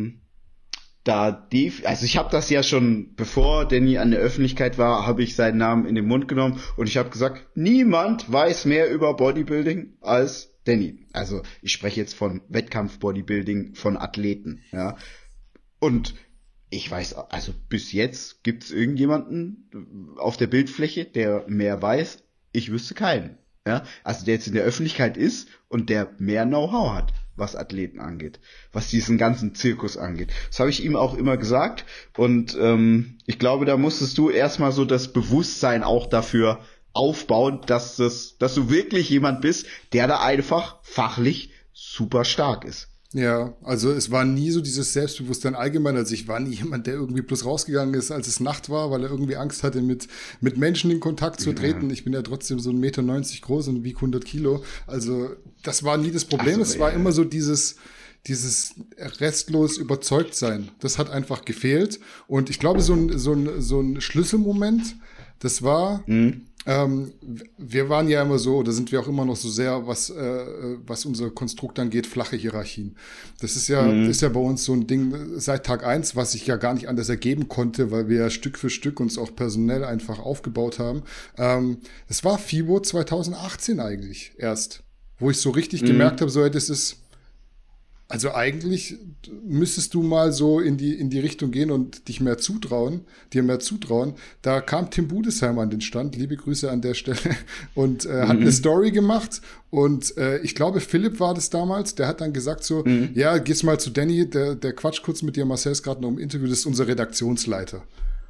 also ich habe das ja schon, bevor Danny an der Öffentlichkeit war, habe ich seinen Namen in den Mund genommen und ich habe gesagt, niemand weiß mehr über Bodybuilding als Danny. Also ich spreche jetzt von Wettkampf-Bodybuilding, von Athleten, ja. Und ich weiß, also bis jetzt gibt es irgendjemanden auf der Bildfläche, der mehr weiß. Ich wüsste keinen, ja. Also der jetzt in der Öffentlichkeit ist und der mehr Know-how hat, was Athleten angeht, was diesen ganzen Zirkus angeht. Das habe ich ihm auch immer gesagt und ich glaube, da musstest du erstmal so das Bewusstsein auch dafür aufbauen, dass du wirklich jemand bist, der da einfach fachlich super stark ist. Ja, also es war nie so dieses Selbstbewusstsein allgemein. Also ich war nie jemand, der irgendwie bloß rausgegangen ist, als es Nacht war, weil er irgendwie Angst hatte, mit Menschen in Kontakt zu treten. Ich bin ja trotzdem so 1,90 Meter groß und wiege 100 Kilo. Also das war nie das Problem. Es war immer so dieses restlos überzeugt sein. Das hat einfach gefehlt. Und ich glaube, so ein Schlüsselmoment, das war, wir waren ja immer so, oder sind wir auch immer noch so sehr, was unser Konstrukt angeht, flache Hierarchien. Das ist ja bei uns so ein Ding seit Tag 1, was sich ja gar nicht anders ergeben konnte, weil wir ja Stück für Stück uns auch personell einfach aufgebaut haben. Es war FIBO 2018 eigentlich erst, wo ich so richtig gemerkt habe, so, das ist, also eigentlich müsstest du mal so in die Richtung gehen und dir mehr zutrauen. Da kam Tim Budesheim an den Stand, liebe Grüße an der Stelle, und hat eine Story gemacht. Und ich glaube, Philipp war das damals, der hat dann gesagt so, ja, gehst mal zu Danny, der quatscht kurz mit dir, Marcel ist gerade noch im Interview, das ist unser Redaktionsleiter.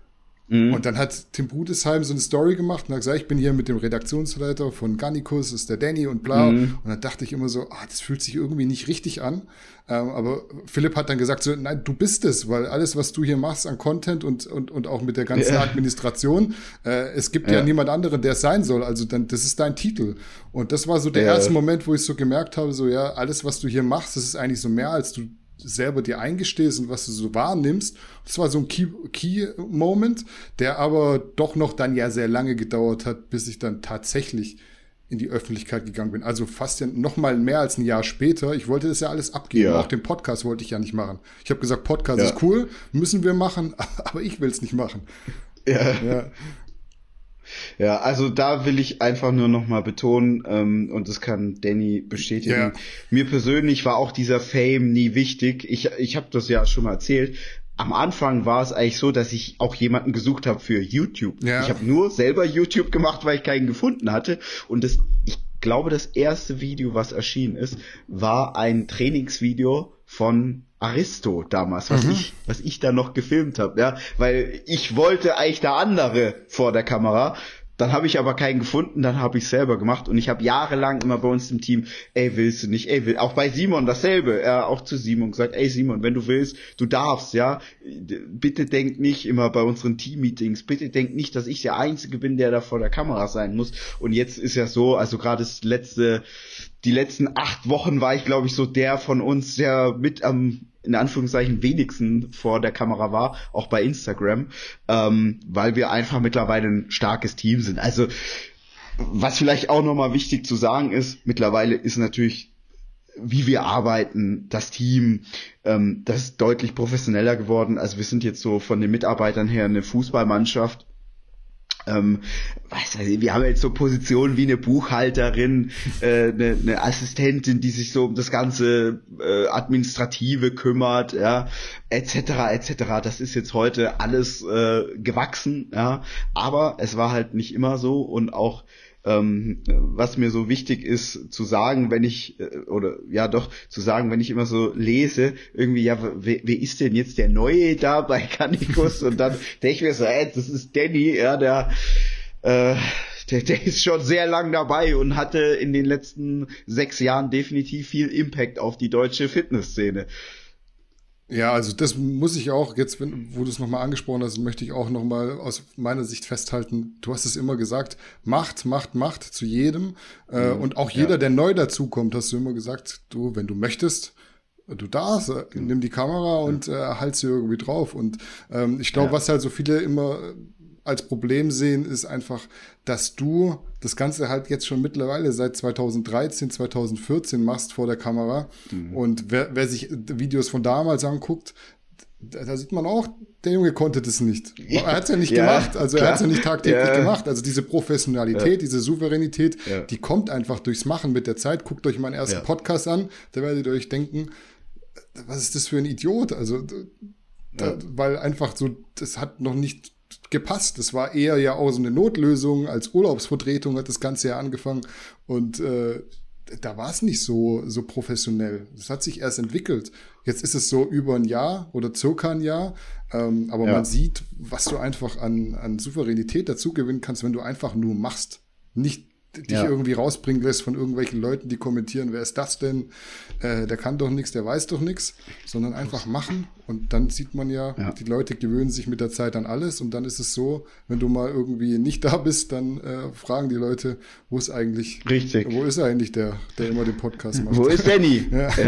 Und dann hat Tim Brudesheim so eine Story gemacht und hat gesagt, ich bin hier mit dem Redaktionsleiter von Garnicus, ist der Danny und bla. Und dann dachte ich immer so, das fühlt sich irgendwie nicht richtig an. Aber Philipp hat dann gesagt so, nein, du bist es, weil alles, was du hier machst an Content und auch mit der ganzen Administration, es gibt ja niemand anderen, der es sein soll. Also dann, das ist dein Titel. Und das war so der erste Moment, wo ich so gemerkt habe, so ja, alles, was du hier machst, das ist eigentlich so mehr, als du selber dir eingestehst und was du so wahrnimmst. Das war so ein Key-Moment, der aber doch noch dann ja sehr lange gedauert hat, bis ich dann tatsächlich in die Öffentlichkeit gegangen bin. Also fast ja noch mal mehr als ein Jahr später. Ich wollte das ja alles abgeben. Auch den Podcast wollte ich ja nicht machen. Ich habe gesagt, Podcast ist cool, müssen wir machen, aber ich will es nicht machen. Ja, also da will ich einfach nur noch mal betonen, und das kann Danny bestätigen, mir persönlich war auch dieser Fame nie wichtig. Ich habe das ja schon mal erzählt. Am Anfang war es eigentlich so, dass ich auch jemanden gesucht habe für YouTube. Ich habe nur selber YouTube gemacht, weil ich keinen gefunden hatte. Und ich glaube, das erste Video, was erschienen ist, war ein Trainingsvideo von Aristo damals, was ich da noch gefilmt habe, ja, weil ich wollte eigentlich der andere vor der Kamera. Dann habe ich aber keinen gefunden, dann habe ich selber gemacht und ich habe jahrelang immer bei uns im Team, willst du nicht, auch bei Simon dasselbe, auch zu Simon gesagt, Simon, wenn du willst, du darfst, ja, bitte denk nicht immer bei unseren Team-Meetings, bitte denk nicht, dass ich der Einzige bin, der da vor der Kamera sein muss. Und jetzt ist ja so, also gerade die letzten 8 Wochen war ich, glaube ich, so der von uns, der mit am in Anführungszeichen wenigsten vor der Kamera war, auch bei Instagram, weil wir einfach mittlerweile ein starkes Team sind. Also, was vielleicht auch nochmal wichtig zu sagen ist, mittlerweile ist natürlich, wie wir arbeiten, das Team, das ist deutlich professioneller geworden. Also wir sind jetzt so von den Mitarbeitern her eine Fußballmannschaft. Wir haben jetzt so Positionen wie eine Buchhalterin, eine Assistentin, die sich so um das ganze Administrative kümmert, ja, etc. Das ist jetzt heute alles gewachsen, ja, aber es war halt nicht immer so und auch was mir so wichtig ist zu sagen, wenn ich wenn ich immer so lese, irgendwie, wer ist denn jetzt der Neue da bei Garnicus? Und dann denke ich mir so, das ist Danny, ja, der ist schon sehr lang dabei und hatte in den letzten 6 Jahren definitiv viel Impact auf die deutsche Fitnessszene. Ja, also das muss ich auch, jetzt, wo du es nochmal angesprochen hast, möchte ich auch nochmal aus meiner Sicht festhalten, du hast es immer gesagt, Macht zu jedem. Und auch jeder, der neu dazukommt, hast du immer gesagt, du, wenn du möchtest, du darfst, nimm die Kamera und halt sie irgendwie drauf. Und ich glaube, was halt so viele immer als Problem sehen, ist einfach, dass du das Ganze halt jetzt schon mittlerweile seit 2013, 2014 machst vor der Kamera. Und wer sich Videos von damals anguckt, da sieht man auch, der Junge konnte das nicht. Er hat es ja nicht gemacht, also er hat es ja nicht tagtäglich gemacht. Also diese Professionalität, diese Souveränität, die kommt einfach durchs Machen mit der Zeit. Guckt euch meinen ersten Podcast an, da werdet ihr euch denken, was ist das für ein Idiot? Also, weil einfach so, das hat noch nicht gepasst. Das war eher ja auch so eine Notlösung. Als Urlaubsvertretung hat das Ganze ja angefangen. Und da war es nicht so professionell. Das hat sich erst entwickelt. Jetzt ist es so über ein Jahr oder circa ein Jahr. Aber man sieht, was du einfach an Souveränität dazu gewinnen kannst, wenn du einfach nur machst. Nicht dich irgendwie rausbringen lässt von irgendwelchen Leuten, die kommentieren, wer ist das denn? Der kann doch nichts, der weiß doch nichts, sondern einfach machen und dann sieht man die Leute gewöhnen sich mit der Zeit an alles und dann ist es so, wenn du mal irgendwie nicht da bist, dann fragen die Leute, wo ist eigentlich der immer den Podcast macht? Wo ist Danny?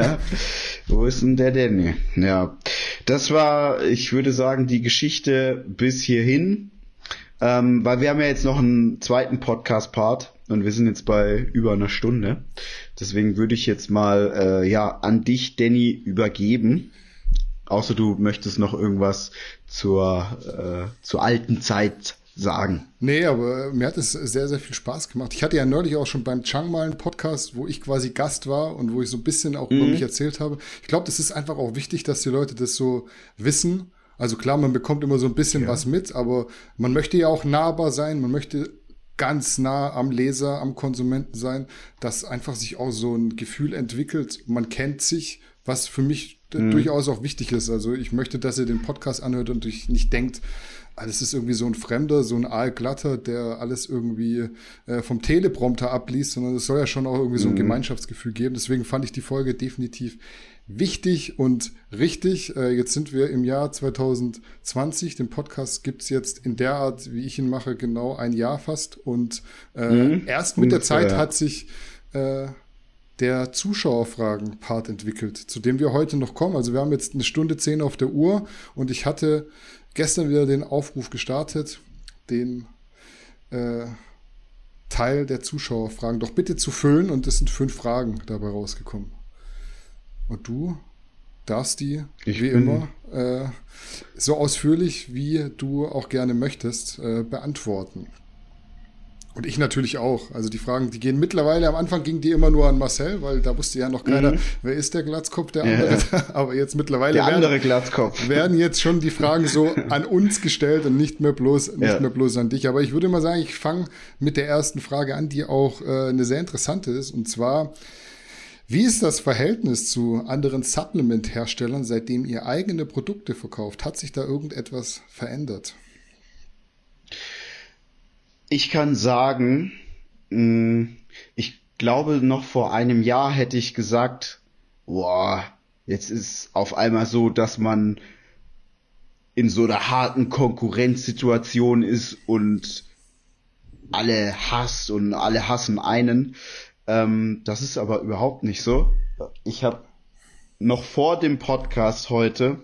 Wo ist denn der Danny? Ja, das war, ich würde sagen, die Geschichte bis hierhin, weil wir haben ja jetzt noch einen zweiten Podcast-Part und wir sind jetzt bei über einer Stunde. Deswegen würde ich jetzt mal an dich, Danny, übergeben. Außer du möchtest noch irgendwas zur alten Zeit sagen. Nee, aber mir hat es sehr, sehr viel Spaß gemacht. Ich hatte ja neulich auch schon beim Chang mal einen Podcast, wo ich quasi Gast war und wo ich so ein bisschen auch über mich erzählt habe. Ich glaube, das ist einfach auch wichtig, dass die Leute das so wissen. Also klar, man bekommt immer so ein bisschen was mit, aber man möchte ja auch nahbar sein, man möchte ganz nah am Leser, am Konsumenten sein, dass einfach sich auch so ein Gefühl entwickelt. Man kennt sich, was für mich durchaus auch wichtig ist. Also ich möchte, dass ihr den Podcast anhört und euch nicht denkt, alles ist irgendwie so ein Fremder, so ein Aalglatter, der alles irgendwie vom Teleprompter abliest, sondern es soll ja schon auch irgendwie so ein Gemeinschaftsgefühl geben. Deswegen fand ich die Folge definitiv wichtig und richtig. Jetzt sind wir im Jahr 2020. Den Podcast gibt's jetzt in der Art, wie ich ihn mache, genau ein Jahr fast. Und erst mit der Zeit hat sich der Zuschauerfragen-Part entwickelt, zu dem wir heute noch kommen. Also wir haben jetzt 1:10 auf der Uhr und ich hatte gestern wieder den Aufruf gestartet, den Teil der Zuschauerfragen doch bitte zu füllen, und es sind 5 Fragen dabei rausgekommen. Und du darfst die, wie immer, so ausführlich, wie du auch gerne möchtest, beantworten. Und ich natürlich auch. Also die Fragen, die gehen mittlerweile, am Anfang gingen die immer nur an Marcel, weil da wusste ja noch keiner, wer ist der Glatzkopf, der andere. Ja. Aber jetzt mittlerweile werden jetzt schon die Fragen so an uns gestellt und nicht mehr bloß an dich. Aber ich würde mal sagen, ich fange mit der ersten Frage an, die auch eine sehr interessante ist. Und zwar, wie ist das Verhältnis zu anderen Supplement-Herstellern, seitdem ihr eigene Produkte verkauft? Hat sich da irgendetwas verändert? Ich kann sagen, ich glaube, noch vor einem Jahr hätte ich gesagt, jetzt ist auf einmal so, dass man in so einer harten Konkurrenzsituation ist und alle hasst und alle hassen einen. Das ist aber überhaupt nicht so. Ich habe noch vor dem Podcast heute,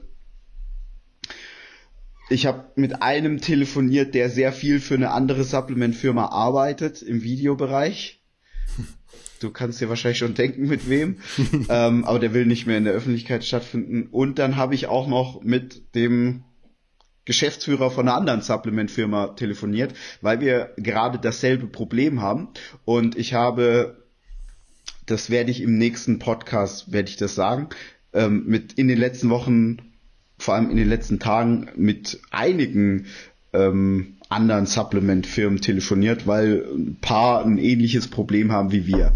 ich habe mit einem telefoniert, der sehr viel für eine andere Supplement-Firma arbeitet im Videobereich. Du kannst dir wahrscheinlich schon denken, mit wem. Aber der will nicht mehr in der Öffentlichkeit stattfinden. Und dann habe ich auch noch mit dem Geschäftsführer von einer anderen Supplement-Firma telefoniert, weil wir gerade dasselbe Problem haben. Und ich habe, das werde ich im nächsten Podcast, werde ich das sagen, in den letzten Wochen, vor allem in den letzten Tagen, mit einigen anderen Supplement-Firmen telefoniert, weil ein paar ein ähnliches Problem haben wie wir.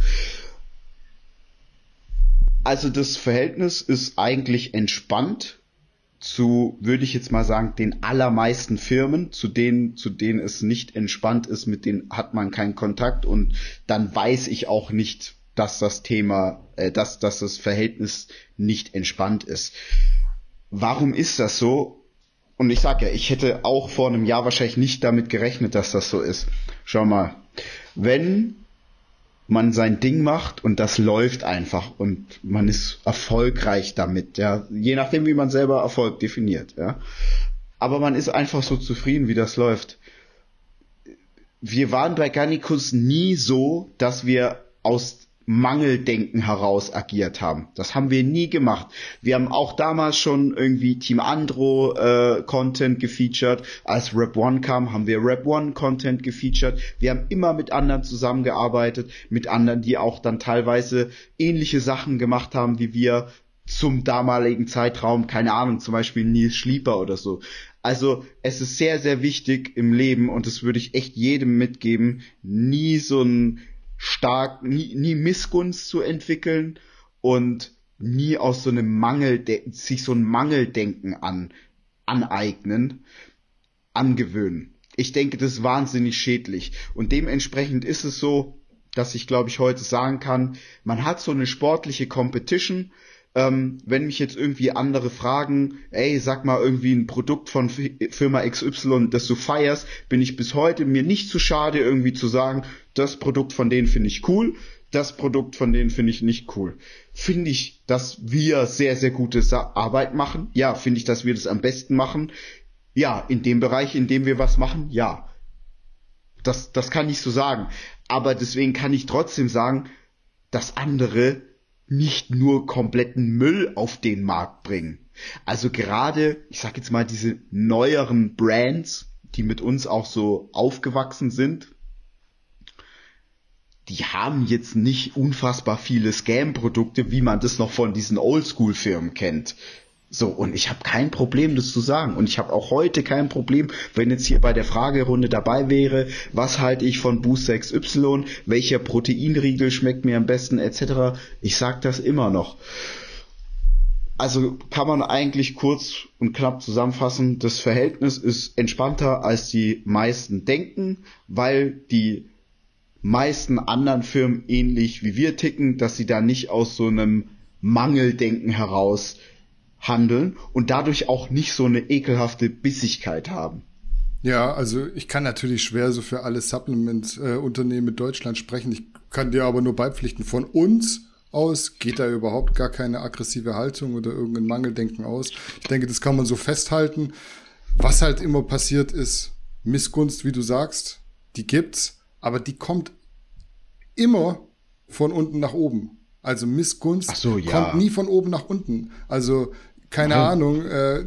Also das Verhältnis ist eigentlich entspannt zu, würde ich jetzt mal sagen, den allermeisten Firmen, zu denen es nicht entspannt ist, mit denen hat man keinen Kontakt, und dann weiß ich auch nicht, dass das Verhältnis nicht entspannt ist. Warum ist das so? Und ich sag ja, ich hätte auch vor einem Jahr wahrscheinlich nicht damit gerechnet, dass das so ist. Schau mal, wenn man sein Ding macht und das läuft einfach und man ist erfolgreich damit, ja, je nachdem, wie man selber Erfolg definiert, ja. Aber man ist einfach so zufrieden, wie das läuft. Wir waren bei Garnicus nie so, dass wir aus Mangeldenken heraus agiert haben. Das haben wir nie gemacht. Wir haben auch damals schon irgendwie Team Andro Content gefeatured. Als Rap One kam, haben wir Rap One Content gefeatured. Wir haben immer mit anderen zusammengearbeitet, mit anderen, die auch dann teilweise ähnliche Sachen gemacht haben wie wir zum damaligen Zeitraum. Keine Ahnung, zum Beispiel Nils Schlieper oder so. Also es ist sehr, sehr wichtig im Leben, und das würde ich echt jedem mitgeben, nie Missgunst zu entwickeln und nie aus so einem sich so ein Mangeldenken angewöhnen. Ich denke, das ist wahnsinnig schädlich, und dementsprechend ist es so, dass ich, glaube ich, heute sagen kann, man hat so eine sportliche Competition. Wenn mich jetzt irgendwie andere fragen, sag mal irgendwie ein Produkt von Firma XY, das du feierst, bin ich bis heute mir nicht zu schade, irgendwie zu sagen, das Produkt von denen finde ich cool, das Produkt von denen finde ich nicht cool. Finde ich, dass wir sehr, sehr gute Arbeit machen? Ja. Finde ich, dass wir das am besten machen? Ja. In dem Bereich, in dem wir was machen? Ja. Das kann ich so sagen. Aber deswegen kann ich trotzdem sagen, dass andere nicht nur kompletten Müll auf den Markt bringen. Also gerade, ich sag jetzt mal, diese neueren Brands, die mit uns auch so aufgewachsen sind, die haben jetzt nicht unfassbar viele Scam-Produkte, wie man das noch von diesen Oldschool-Firmen kennt. So, und ich habe kein Problem, das zu sagen. Und ich habe auch heute kein Problem, wenn jetzt hier bei der Fragerunde dabei wäre, was halte ich von Booster XY, welcher Proteinriegel schmeckt mir am besten, etc. Ich sag das immer noch. Also kann man eigentlich kurz und knapp zusammenfassen, das Verhältnis ist entspannter, als die meisten denken, weil die meisten anderen Firmen ähnlich wie wir ticken, dass sie da nicht aus so einem Mangeldenken heraus handeln und dadurch auch nicht so eine ekelhafte Bissigkeit haben. Ja, also ich kann natürlich schwer so für alle Supplement-Unternehmen in Deutschland sprechen. Ich kann dir aber nur beipflichten, von uns aus geht da überhaupt gar keine aggressive Haltung oder irgendein Mangeldenken aus. Ich denke, das kann man so festhalten. Was halt immer passiert ist, Missgunst, wie du sagst, die gibt's, aber die kommt immer von unten nach oben. Also Missgunst kommt nie von oben nach unten. Also keine Ahnung,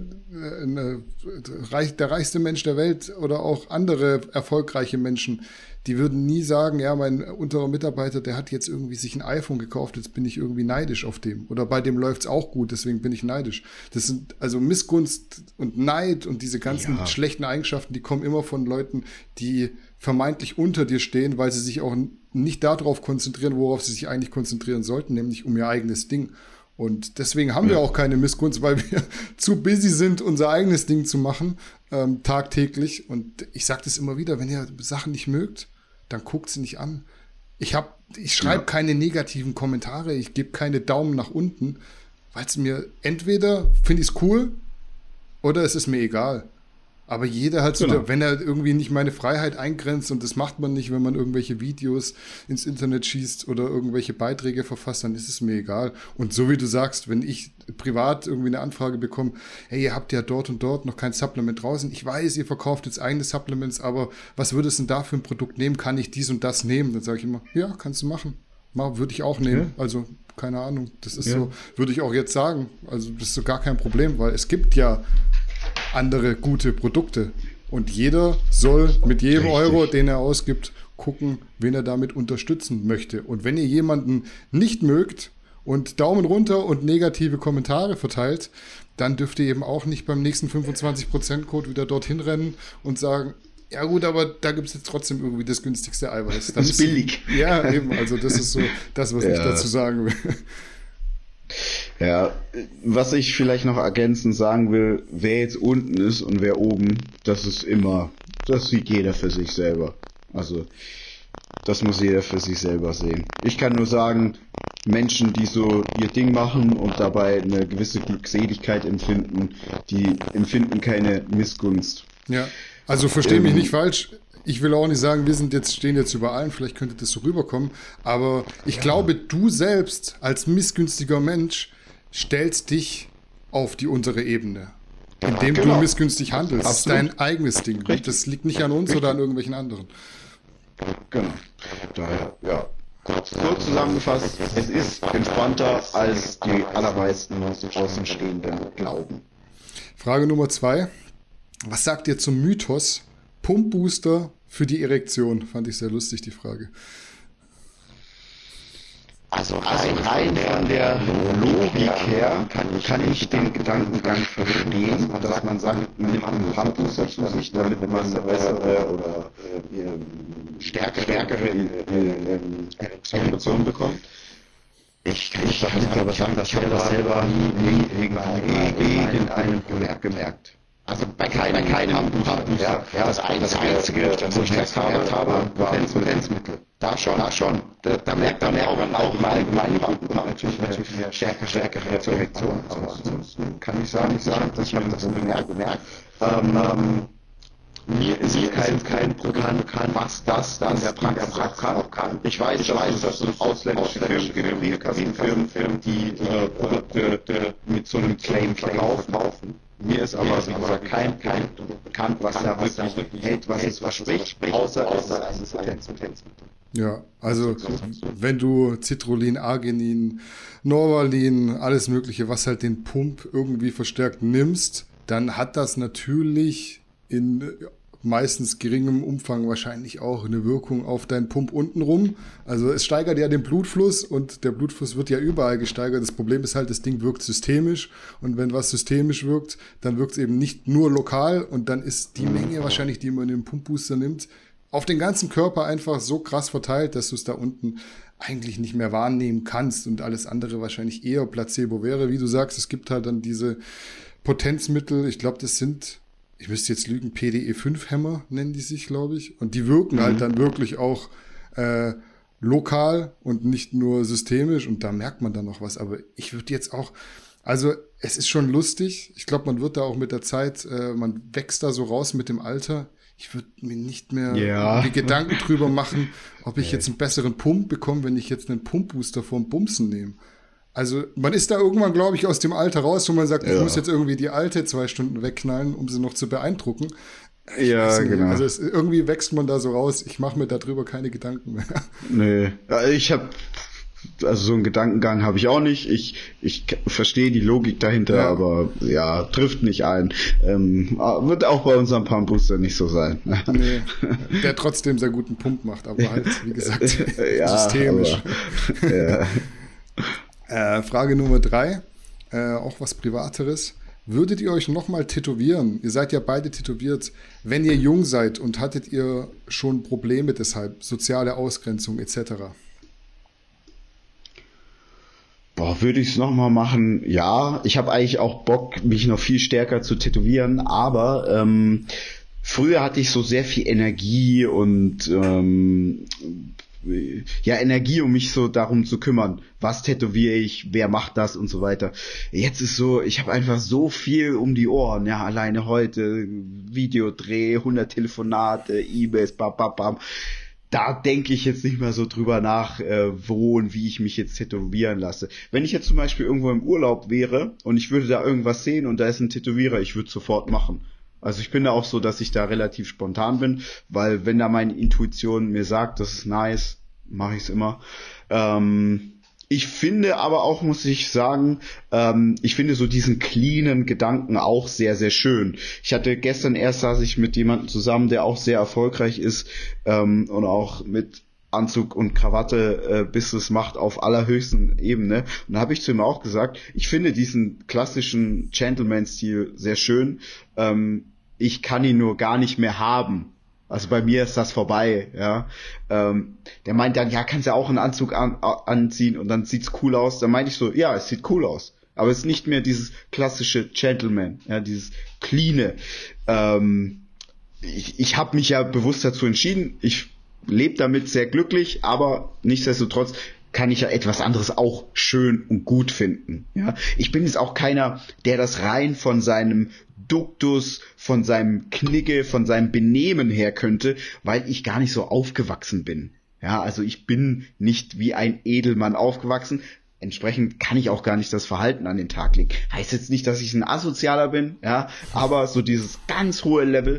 der reichste Mensch der Welt oder auch andere erfolgreiche Menschen, die würden nie sagen, ja, mein unterer Mitarbeiter, der hat jetzt irgendwie sich ein iPhone gekauft, jetzt bin ich irgendwie neidisch auf dem. Oder bei dem läuft's auch gut, deswegen bin ich neidisch. Das sind also Missgunst und Neid und diese ganzen schlechten Eigenschaften, die kommen immer von Leuten, die vermeintlich unter dir stehen, weil sie sich auch nicht darauf konzentrieren, worauf sie sich eigentlich konzentrieren sollten, nämlich um ihr eigenes Ding. Und deswegen haben wir auch keine Missgunst, weil wir zu busy sind, unser eigenes Ding zu machen, tagtäglich. Und ich sage das immer wieder, wenn ihr Sachen nicht mögt, dann guckt sie nicht an. Ich schreibe keine negativen Kommentare, ich gebe keine Daumen nach unten, weil es mir entweder finde ich es cool oder es ist mir egal. Aber jeder hat so, wenn er irgendwie nicht meine Freiheit eingrenzt, und das macht man nicht, wenn man irgendwelche Videos ins Internet schießt oder irgendwelche Beiträge verfasst, dann ist es mir egal. Und so wie du sagst, wenn ich privat irgendwie eine Anfrage bekomme, hey, ihr habt ja dort und dort noch kein Supplement draußen. Ich weiß, ihr verkauft jetzt eigene Supplements, aber was würdest du denn da für ein Produkt nehmen? Kann ich dies und das nehmen? Dann sage ich immer, ja, kannst du machen. Würde ich auch nehmen. Also, keine Ahnung. Das ist so, würde ich auch jetzt sagen. Also, das ist so gar kein Problem, weil es gibt ja andere gute Produkte. Und jeder soll mit jedem Euro, den er ausgibt, gucken, wen er damit unterstützen möchte. Und wenn ihr jemanden nicht mögt und Daumen runter und negative Kommentare verteilt, dann dürft ihr eben auch nicht beim nächsten 25%-Code wieder dorthin rennen und sagen, ja gut, aber da gibt es jetzt trotzdem irgendwie das günstigste Eiweiß. Das ist billig. Ja, eben. Also das ist so das, was ich dazu sagen will. Ja, was ich vielleicht noch ergänzend sagen will, wer jetzt unten ist und wer oben, das sieht jeder für sich selber. Also, das muss jeder für sich selber sehen. Ich kann nur sagen, Menschen, die so ihr Ding machen und dabei eine gewisse Glückseligkeit empfinden, die empfinden keine Missgunst. Ja, also verstehe mich nicht falsch. Ich will auch nicht sagen, wir stehen jetzt über allen, vielleicht könnte das so rüberkommen, aber ich glaube, du selbst als missgünstiger Mensch stellst dich auf die untere Ebene, indem du missgünstig handelst. Das ist dein eigenes Ding. Richtig. Das liegt nicht an uns oder an irgendwelchen anderen. Genau. Daher, kurz zusammengefasst, es ist entspannter, als die allermeisten Außenstehenden glauben. Frage Nummer 2. Was sagt ihr zum Mythos Pumpbooster für die Erektion? Fand ich sehr lustig, die Frage. Also rein von der Logik her kann ich den Gedankengang verstehen, dass man sagt, man nimmt einen Pumpbooster zu sich, damit man eine bessere oder stärkere Erektion bekommt. Ich kann aber sagen, dass ich das selber nie irgendwie in einem gemerkt. Also bei keinem Pumpbooster. Das Einzige, wo ich das gemerkt habe, war Potenzmittel. Da schon. Da merkt man auch im Allgemeinen natürlich eine stärkere Erektion. Aber ansonsten kann ich sagen, dass ich das bemerkt. Mir ist kein Programm bekannt, was das in der Praxis auch kann. Ich weiß, dass es ausländische Firmen gibt, die Produkte mit so einem Claim verkaufen. Mir ist aber, wie gesagt, kein bekannt, was da wirklich hält, was es verspricht, außer dieses Potenzmittel. Ja, also wenn du Citrullin, Arginin, Norvalin, alles mögliche, was halt den Pump irgendwie verstärkt nimmst, dann hat das natürlich in meistens geringem Umfang wahrscheinlich auch eine Wirkung auf deinen Pump untenrum. Also es steigert ja den Blutfluss und der Blutfluss wird ja überall gesteigert. Das Problem ist halt, das Ding wirkt systemisch und wenn was systemisch wirkt, dann wirkt es eben nicht nur lokal und dann ist die Menge wahrscheinlich, die man in den Pumpbooster nimmt, auf den ganzen Körper einfach so krass verteilt, dass du es da unten eigentlich nicht mehr wahrnehmen kannst und alles andere wahrscheinlich eher Placebo wäre. Wie du sagst, es gibt halt dann diese Potenzmittel, ich glaube, das sind, ich müsste jetzt lügen, PDE5-Hämmer nennen die sich, glaube ich. Und die wirken halt dann wirklich auch lokal und nicht nur systemisch und da merkt man dann noch was. Aber ich würde jetzt auch, also es ist schon lustig. Ich glaube, man wird da auch mit der Zeit, man wächst da so raus mit dem Alter. Ich würde mir nicht mehr die Gedanken drüber machen, ob ich jetzt einen besseren Pump bekomme, wenn ich jetzt einen Pumpbooster vom Bumsen nehme. Also man ist da irgendwann, glaube ich, aus dem Alter raus, wo man sagt, ich muss jetzt irgendwie die alte 2 Stunden wegknallen, um sie noch zu beeindrucken. Ja, genau. Also irgendwie wächst man da so raus. Ich mache mir darüber keine Gedanken mehr. Nee, ich habe also so einen Gedankengang habe ich auch nicht. Ich verstehe die Logik dahinter, aber ja, trifft nicht ein. Wird auch bei unserem Pumpbooster nicht so sein. Nee, der trotzdem sehr guten Pump macht, aber halt, wie gesagt, systemisch. Aber, Frage Nummer 3, auch was Privateres. Würdet ihr euch nochmal tätowieren? Ihr seid ja beide tätowiert. Wenn ihr jung seid und hattet ihr schon Probleme deshalb, soziale Ausgrenzung etc.? Boah, würde ich es nochmal machen? Ja, ich habe eigentlich auch Bock, mich noch viel stärker zu tätowieren, aber früher hatte ich so sehr viel Energie und Energie, um mich so darum zu kümmern, was tätowiere ich, wer macht das und so weiter. Jetzt ist so, ich habe einfach so viel um die Ohren, ja, alleine heute Videodreh, 100 Telefonate, E-Mails, bam. Da denke ich jetzt nicht mehr so drüber nach, wo und wie ich mich jetzt tätowieren lasse. Wenn ich jetzt zum Beispiel irgendwo im Urlaub wäre und ich würde da irgendwas sehen und da ist ein Tätowierer, ich würde es sofort machen. Also ich bin da auch so, dass ich da relativ spontan bin, weil wenn da meine Intuition mir sagt, das ist nice, mache ich es immer. Ich finde aber auch, muss ich sagen, ich finde so diesen cleanen Gedanken auch sehr, sehr schön. Ich hatte gestern saß ich mit jemandem zusammen, der auch sehr erfolgreich ist und auch mit Anzug und Krawatte Business macht auf allerhöchsten Ebene. Und da habe ich zu ihm auch gesagt, ich finde diesen klassischen Gentleman-Stil sehr schön. Ich kann ihn nur gar nicht mehr haben. Also bei mir ist das vorbei, ja. Der meint dann, ja, kannst ja auch einen Anzug anziehen und dann sieht's cool aus. Dann meinte ich so, ja, es sieht cool aus. Aber es ist nicht mehr dieses klassische Gentleman, ja, dieses cleane. Ich habe mich ja bewusst dazu entschieden. Ich lebe damit sehr glücklich, aber nichtsdestotrotz kann ich ja etwas anderes auch schön und gut finden. Ja, ich bin jetzt auch keiner, der das rein von seinem Duktus, von seinem Knigge, von seinem Benehmen her könnte, weil ich gar nicht so aufgewachsen bin. Ja, also ich bin nicht wie ein Edelmann aufgewachsen. Entsprechend kann ich auch gar nicht das Verhalten an den Tag legen. Heißt jetzt nicht, dass ich ein Asozialer bin, ja, aber so dieses ganz hohe Level,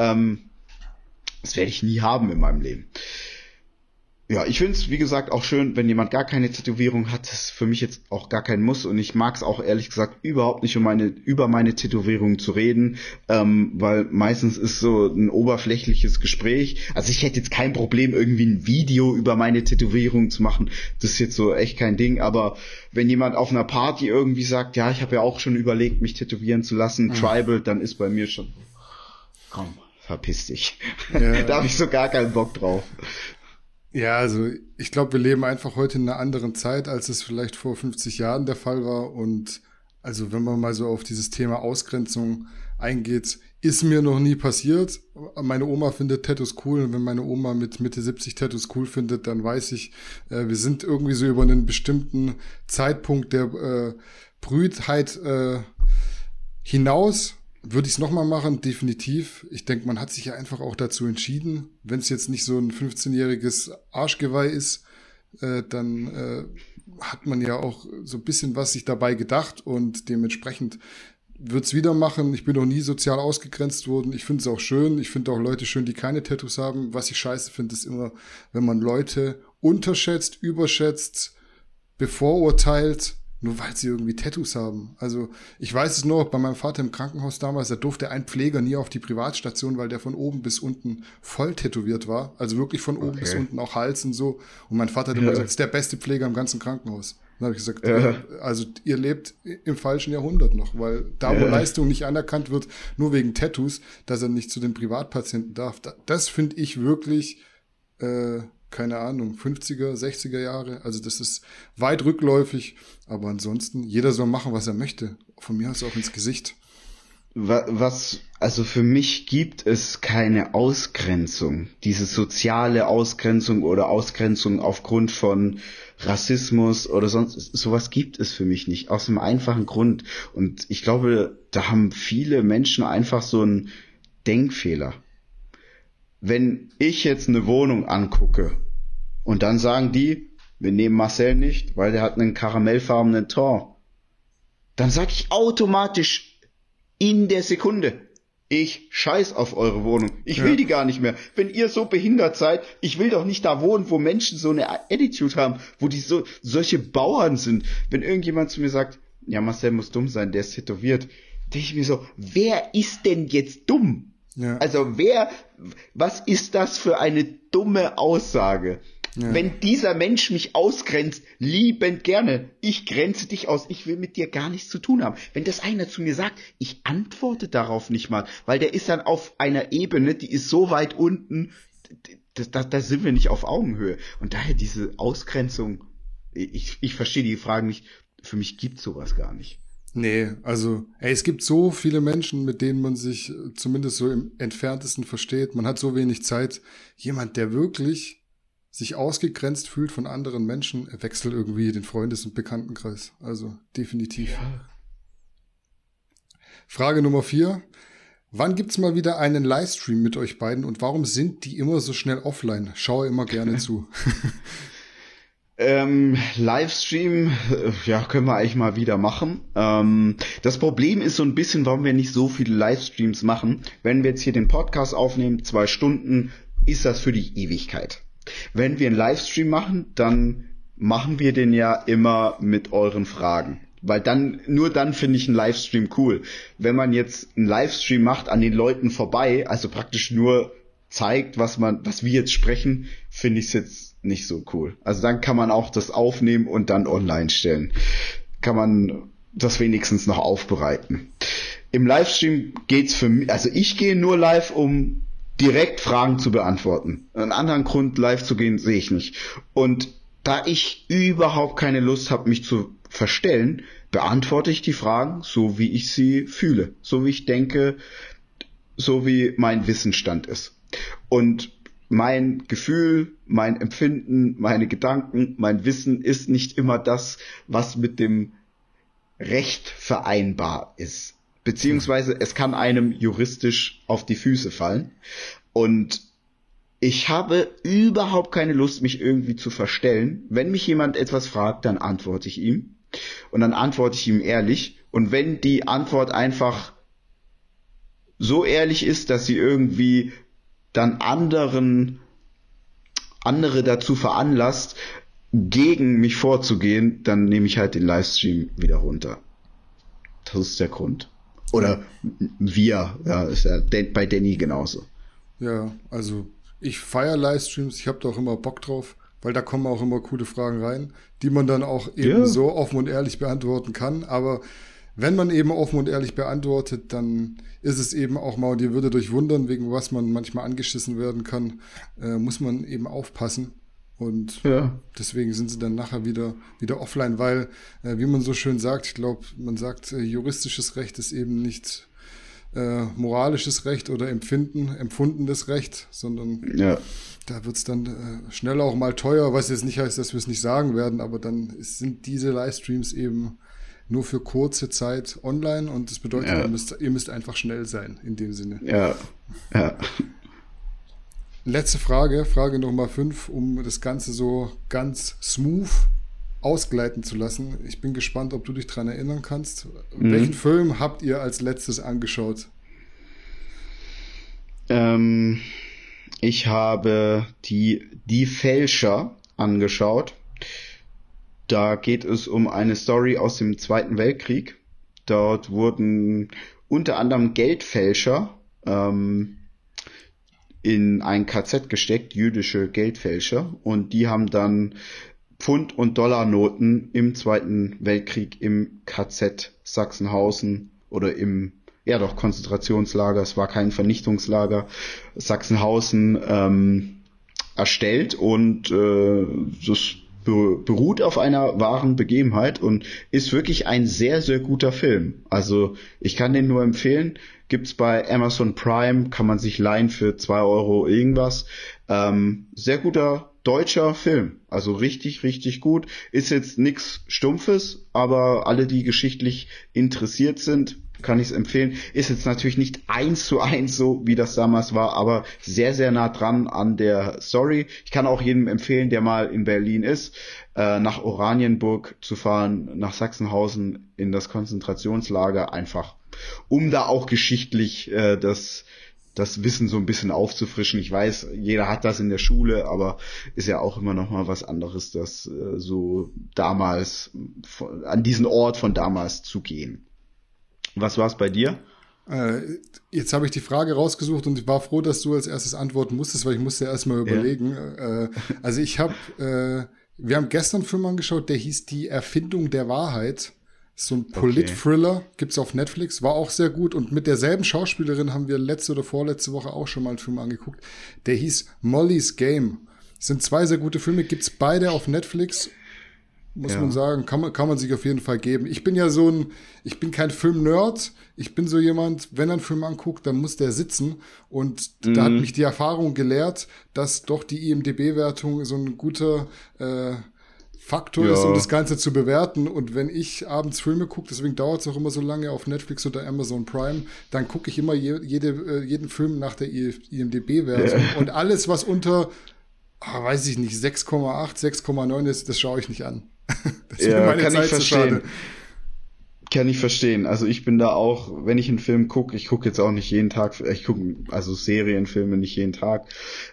das werde ich nie haben in meinem Leben. Ja, ich finde es, wie gesagt, auch schön, wenn jemand gar keine Tätowierung hat. Das ist für mich jetzt auch gar kein Muss und ich mag es auch ehrlich gesagt überhaupt nicht, über meine Tätowierung zu reden, weil meistens ist so ein oberflächliches Gespräch. Also ich hätte jetzt kein Problem, irgendwie ein Video über meine Tätowierung zu machen. Das ist jetzt so echt kein Ding, aber wenn jemand auf einer Party irgendwie sagt, ja, ich habe ja auch schon überlegt, mich tätowieren zu lassen, Tribal, dann ist bei mir schon, komm, verpiss dich. Ja. Da habe ich so gar keinen Bock drauf. Ja, also ich glaube, wir leben einfach heute in einer anderen Zeit, als es vielleicht vor 50 Jahren der Fall war. Und also wenn man mal so auf dieses Thema Ausgrenzung eingeht, ist mir noch nie passiert. Meine Oma findet Tattoos cool und wenn meine Oma mit Mitte 70 Tattoos cool findet, dann weiß ich, wir sind irgendwie so über einen bestimmten Zeitpunkt der Brütheit hinaus. Würde ich es nochmal machen? Definitiv. Ich denke, man hat sich ja einfach auch dazu entschieden. Wenn es jetzt nicht so ein 15-jähriges Arschgeweih ist, dann hat man ja auch so ein bisschen was sich dabei gedacht und dementsprechend würde es wieder machen. Ich bin noch nie sozial ausgegrenzt worden. Ich finde es auch schön. Ich finde auch Leute schön, die keine Tattoos haben. Was ich scheiße finde, ist immer, wenn man Leute unterschätzt, überschätzt, bevorurteilt, nur weil sie irgendwie Tattoos haben. Also ich weiß es nur, bei meinem Vater im Krankenhaus damals, da durfte ein Pfleger nie auf die Privatstation, weil der von oben bis unten voll tätowiert war. Also wirklich von oben bis unten, auch Hals und so. Und mein Vater hat immer gesagt, das ist der beste Pfleger im ganzen Krankenhaus. Dann habe ich gesagt, also ihr lebt im falschen Jahrhundert noch, weil da, wo Leistung nicht anerkannt wird, nur wegen Tattoos, dass er nicht zu den Privatpatienten darf. Das finde ich wirklich keine Ahnung, 50er, 60er Jahre. Also das ist weit rückläufig. Aber ansonsten, jeder soll machen, was er möchte. Von mir aus auch ins Gesicht. Also für mich gibt es keine Ausgrenzung, diese soziale Ausgrenzung oder Ausgrenzung aufgrund von Rassismus oder sonst, sowas gibt es für mich nicht, aus einem einfachen Grund. Und ich glaube, da haben viele Menschen einfach so einen Denkfehler. Wenn ich jetzt eine Wohnung angucke und dann sagen die, wir nehmen Marcel nicht, weil der hat einen karamellfarbenen Ton, dann sage ich automatisch in der Sekunde, ich scheiß auf eure Wohnung. Ich will die gar nicht mehr. Wenn ihr so behindert seid, ich will doch nicht da wohnen, wo Menschen so eine Attitude haben, wo die solche Bauern sind. Wenn irgendjemand zu mir sagt, ja, Marcel muss dumm sein, der ist tätowiert, denke ich mir so, wer ist denn jetzt dumm? Ja. Also was ist das für eine dumme Aussage? Ja. Wenn dieser Mensch mich ausgrenzt, liebend gerne, ich grenze dich aus, ich will mit dir gar nichts zu tun haben. Wenn das einer zu mir sagt, ich antworte darauf nicht mal, weil der ist dann auf einer Ebene, die ist so weit unten, da sind wir nicht auf Augenhöhe. Und daher diese Ausgrenzung, ich verstehe die Fragen nicht, für mich gibt's sowas gar nicht. Nee, also es gibt so viele Menschen, mit denen man sich zumindest so im Entferntesten versteht. Man hat so wenig Zeit. Jemand, der wirklich sich ausgegrenzt fühlt von anderen Menschen, wechselt irgendwie den Freundes- und Bekanntenkreis. Also definitiv. Ja. Frage Nummer 4. Wann gibt's mal wieder einen Livestream mit euch beiden und warum sind die immer so schnell offline? Schaue immer gerne zu. Livestream, ja, können wir eigentlich mal wieder machen. Das Problem ist so ein bisschen, warum wir nicht so viele Livestreams machen. Wenn wir jetzt hier den Podcast aufnehmen, 2 Stunden, ist das für die Ewigkeit. Wenn wir einen Livestream machen, dann machen wir den ja immer mit euren Fragen. Weil nur dann finde ich einen Livestream cool. Wenn man jetzt einen Livestream macht an den Leuten vorbei, also praktisch nur zeigt, was wir jetzt sprechen, finde ich es jetzt nicht so cool. Also dann kann man auch das aufnehmen und dann online stellen. Kann man das wenigstens noch aufbereiten. Im Livestream geht's für mich, also ich gehe nur live, um direkt Fragen zu beantworten. Einen anderen Grund, live zu gehen, sehe ich nicht. Und da ich überhaupt keine Lust habe, mich zu verstellen, beantworte ich die Fragen so, wie ich sie fühle. So wie ich denke, so wie mein Wissensstand ist. Und mein Gefühl, mein Empfinden, meine Gedanken, mein Wissen ist nicht immer das, was mit dem Recht vereinbar ist. Beziehungsweise es kann einem juristisch auf die Füße fallen. Und ich habe überhaupt keine Lust, mich irgendwie zu verstellen. Wenn mich jemand etwas fragt, dann antworte ich ihm. Und dann antworte ich ihm ehrlich. Und wenn die Antwort einfach so ehrlich ist, dass sie irgendwie dann andere dazu veranlasst, gegen mich vorzugehen, dann nehme ich halt den Livestream wieder runter. Das ist der Grund. Oder wir, ja, ist ja bei Danny genauso. Ja, also ich feiere Livestreams, ich habe da auch immer Bock drauf, weil da kommen auch immer coole Fragen rein, die man dann auch eben so offen und ehrlich beantworten kann. Aber wenn man eben offen und ehrlich beantwortet, dann ist es eben auch mal, und ihr würdet euch wundern, wegen was man manchmal angeschissen werden kann, muss man eben aufpassen. Und deswegen sind sie dann nachher wieder offline, weil, wie man so schön sagt, ich glaube, man sagt, juristisches Recht ist eben nicht moralisches Recht oder empfundenes Recht, sondern da wird's dann schnell auch mal teuer, was jetzt nicht heißt, dass wir es nicht sagen werden, aber dann sind diese Livestreams eben nur für kurze Zeit online und das bedeutet, ihr müsst einfach schnell sein, in dem Sinne. Ja. Letzte Frage Nummer 5, um das Ganze so ganz smooth ausgleiten zu lassen. Ich bin gespannt, ob du dich dran erinnern kannst. Welchen Film habt ihr als letztes angeschaut? Ich habe die Fälscher angeschaut. Da geht es um eine Story aus dem Zweiten Weltkrieg. Dort wurden unter anderem Geldfälscher in ein KZ gesteckt, jüdische Geldfälscher, und die haben dann Pfund- und Dollarnoten im Zweiten Weltkrieg im KZ Sachsenhausen oder Konzentrationslager, es war kein Vernichtungslager, Sachsenhausen erstellt und das beruht auf einer wahren Begebenheit und ist wirklich ein sehr, sehr guter Film. Also ich kann den nur empfehlen. Gibt's bei Amazon Prime, kann man sich leihen für 2 Euro irgendwas. Sehr guter deutscher Film. Also richtig, richtig gut. Ist jetzt nix Stumpfes, aber alle, die geschichtlich interessiert sind, kann ich es empfehlen. Ist jetzt natürlich nicht 1:1 so, wie das damals war, aber sehr, sehr nah dran an der Story. Ich kann auch jedem empfehlen, der mal in Berlin ist, nach Oranienburg zu fahren, nach Sachsenhausen in das Konzentrationslager, einfach, um da auch geschichtlich das Wissen so ein bisschen aufzufrischen. Ich weiß, jeder hat das in der Schule, aber ist ja auch immer noch mal was anderes, das so damals, an diesen Ort von damals zu gehen. Was war es bei dir? Jetzt habe ich die Frage rausgesucht und ich war froh, dass du als erstes antworten musstest, weil ich musste erst mal überlegen. Also wir haben gestern einen Film angeschaut, der hieß Die Erfindung der Wahrheit. So ein Polit-Thriller, gibt's auf Netflix, war auch sehr gut. Und mit derselben Schauspielerin haben wir letzte oder vorletzte Woche auch schon mal einen Film angeguckt. Der hieß Molly's Game. Das sind 2 sehr gute Filme, gibt's beide auf Netflix. Muss man sagen, kann man sich auf jeden Fall geben. Ich bin bin kein Film-Nerd. Ich bin so jemand, wenn er einen Film anguckt, dann muss der sitzen. Und da hat mich die Erfahrung gelehrt, dass doch die IMDb-Wertung so ein guter Faktor ist, um das Ganze zu bewerten. Und wenn ich abends Filme gucke, deswegen dauert es auch immer so lange auf Netflix oder Amazon Prime, dann gucke ich immer jeden Film nach der IMDb-Wertung. Und alles, was unter, weiß ich nicht, 6,8, 6,9 ist, das schaue ich nicht an. Das ist mir meine Zeit zu schade. Kann ich verstehen. Also ich bin da auch, wenn ich einen Film gucke, ich gucke jetzt auch nicht jeden Tag, ich gucke also Serienfilme nicht jeden Tag,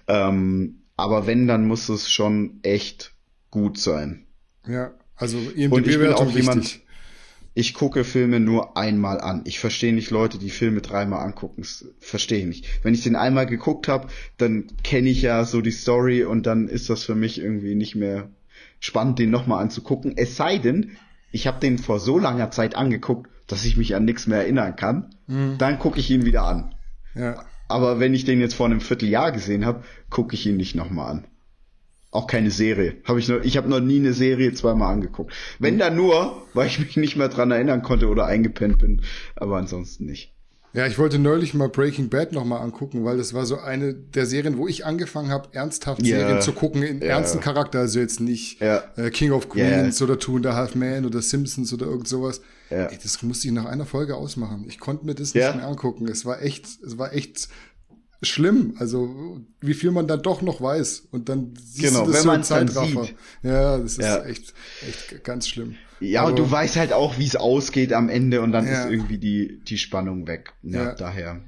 aber wenn, dann muss es schon echt gut sein. Ja, also IMDb-Wertung wichtig. Ich gucke Filme nur einmal an. Ich verstehe nicht Leute, die Filme 3-mal angucken. Das verstehe ich nicht. Wenn ich den einmal geguckt habe, dann kenne ich ja so die Story und dann ist das für mich irgendwie nicht mehr spannend, den nochmal anzugucken. Es sei denn, ich habe den vor so langer Zeit angeguckt, dass ich mich an nichts mehr erinnern kann. Dann gucke ich ihn wieder an. Ja. Aber wenn ich den jetzt vor einem Vierteljahr gesehen habe, gucke ich ihn nicht nochmal an. Auch keine Serie. Ich habe noch nie eine Serie 2-mal angeguckt. Wenn dann nur, weil ich mich nicht mehr dran erinnern konnte oder eingepennt bin. Aber ansonsten nicht. Ja, ich wollte neulich mal Breaking Bad nochmal angucken, weil das war so eine der Serien, wo ich angefangen habe, ernsthaft Serien zu gucken, in ernsten Charakter. Also jetzt nicht King of Queens oder Two and a Half Men oder Simpsons oder irgend sowas. Ja. Ey, das musste ich nach einer Folge ausmachen. Ich konnte mir das nicht mehr angucken. Es war echt schlimm, also wie viel man dann doch noch weiß und dann siehst du das so im Zeitraffer. Ja, das ist echt ganz schlimm. Ja, aber, und du weißt halt auch, wie es ausgeht am Ende und dann ist irgendwie die Spannung weg. Ja, daher,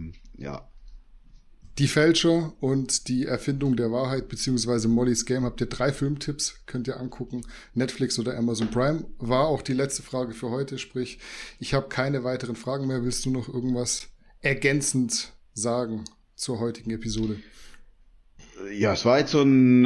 Die Fälscher und die Erfindung der Wahrheit beziehungsweise Molly's Game, habt ihr 3 Filmtipps, könnt ihr angucken. Netflix oder Amazon Prime war auch die letzte Frage für heute, sprich, ich habe keine weiteren Fragen mehr. Willst du noch irgendwas ergänzend sagen zur heutigen Episode? Ja, es war jetzt so ein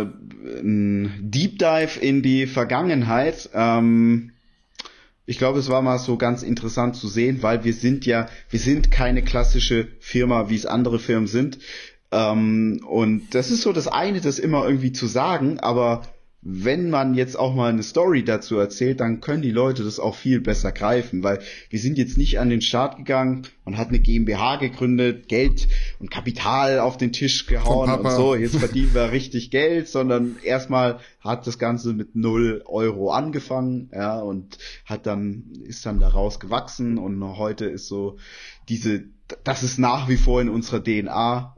Deep Dive in die Vergangenheit. Ich glaube, es war mal so ganz interessant zu sehen, weil wir sind keine klassische Firma, wie es andere Firmen sind. Und das ist so das eine, das immer irgendwie zu sagen, aber wenn man jetzt auch mal eine Story dazu erzählt, dann können die Leute das auch viel besser greifen, weil wir sind jetzt nicht an den Start gegangen und hat eine GmbH gegründet, Geld und Kapital auf den Tisch gehauen und so, jetzt verdienen wir richtig Geld, sondern erstmal hat das Ganze mit 0 Euro angefangen, und ist dann daraus gewachsen und heute ist so das ist nach wie vor in unserer DNA.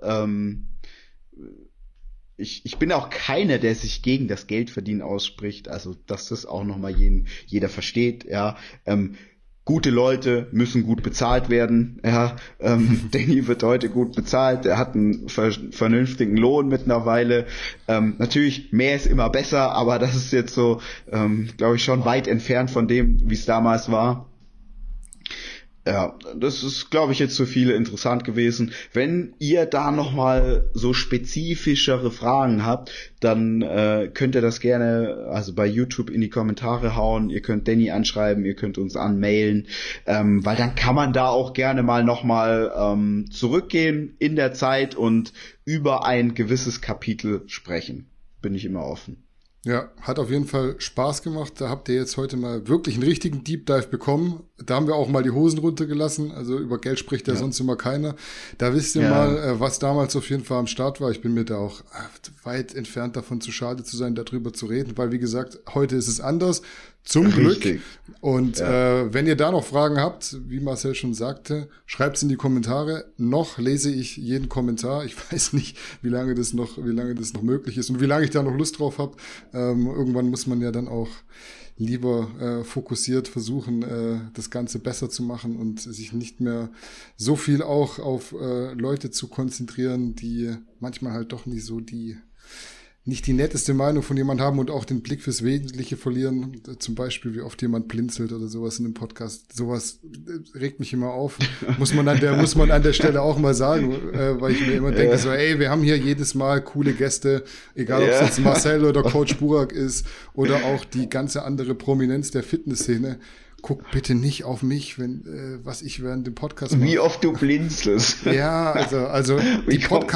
Ich bin auch keiner, der sich gegen das Geldverdienen ausspricht, also dass das auch nochmal jeder versteht, gute Leute müssen gut bezahlt werden, Danny wird heute gut bezahlt, er hat einen vernünftigen Lohn mittlerweile, natürlich mehr ist immer besser, aber das ist jetzt so, glaube ich, schon weit entfernt von dem, wie es damals war. Ja, das ist, glaube ich, jetzt für viele interessant gewesen. Wenn ihr da nochmal so spezifischere Fragen habt, dann könnt ihr das gerne also bei YouTube in die Kommentare hauen. Ihr könnt Danny anschreiben, ihr könnt uns anmailen, weil dann kann man da auch gerne mal nochmal zurückgehen in der Zeit und über ein gewisses Kapitel sprechen. Bin ich immer offen. Ja, hat auf jeden Fall Spaß gemacht. Da habt ihr jetzt heute mal wirklich einen richtigen Deep Dive bekommen. Da haben wir auch mal die Hosen runtergelassen. Also über Geld spricht ja sonst immer keiner. Da wisst ihr mal, was damals auf jeden Fall am Start war. Ich bin mir da auch weit entfernt davon zu schade zu sein, darüber zu reden. Weil, wie gesagt, heute ist es anders. Zum Glück. Und wenn ihr da noch Fragen habt, wie Marcel schon sagte, schreibt's in die Kommentare. Noch lese ich jeden Kommentar. Ich weiß nicht, wie lange das noch möglich ist und wie lange ich da noch Lust drauf habe. Irgendwann muss man ja dann auch lieber fokussiert versuchen, das Ganze besser zu machen und sich nicht mehr so viel auch auf Leute zu konzentrieren, die manchmal halt doch nicht die netteste Meinung von jemand haben und auch den Blick fürs Wesentliche verlieren. Zum Beispiel, wie oft jemand blinzelt oder sowas in dem Podcast. Sowas regt mich immer auf. Muss man an der Stelle auch mal sagen, weil ich mir immer denke, so, ey, wir haben hier jedes Mal coole Gäste, egal ob es jetzt Marcel oder Coach Burak ist oder auch die ganze andere Prominenz der Fitnessszene. Guck bitte nicht auf mich, was ich während dem Podcast mache. Wie oft du blinzelst. Ja, also die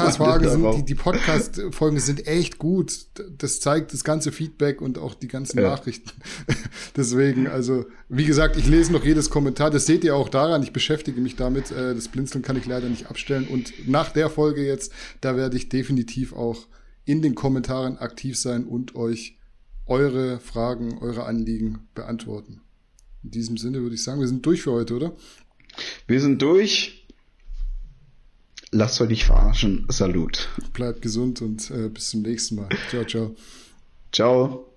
Podcast-Folgen sind echt gut. Das zeigt das ganze Feedback und auch die ganzen Nachrichten. Deswegen, also, wie gesagt, ich lese noch jedes Kommentar. Das seht ihr auch daran. Ich beschäftige mich damit. Das Blinzeln kann ich leider nicht abstellen. Und nach der Folge jetzt, da werde ich definitiv auch in den Kommentaren aktiv sein und euch eure Fragen, eure Anliegen beantworten. In diesem Sinne würde ich sagen, wir sind durch für heute, oder? Wir sind durch. Lasst euch nicht verarschen. Salut. Bleibt gesund und bis zum nächsten Mal. Ciao, ciao. Ciao.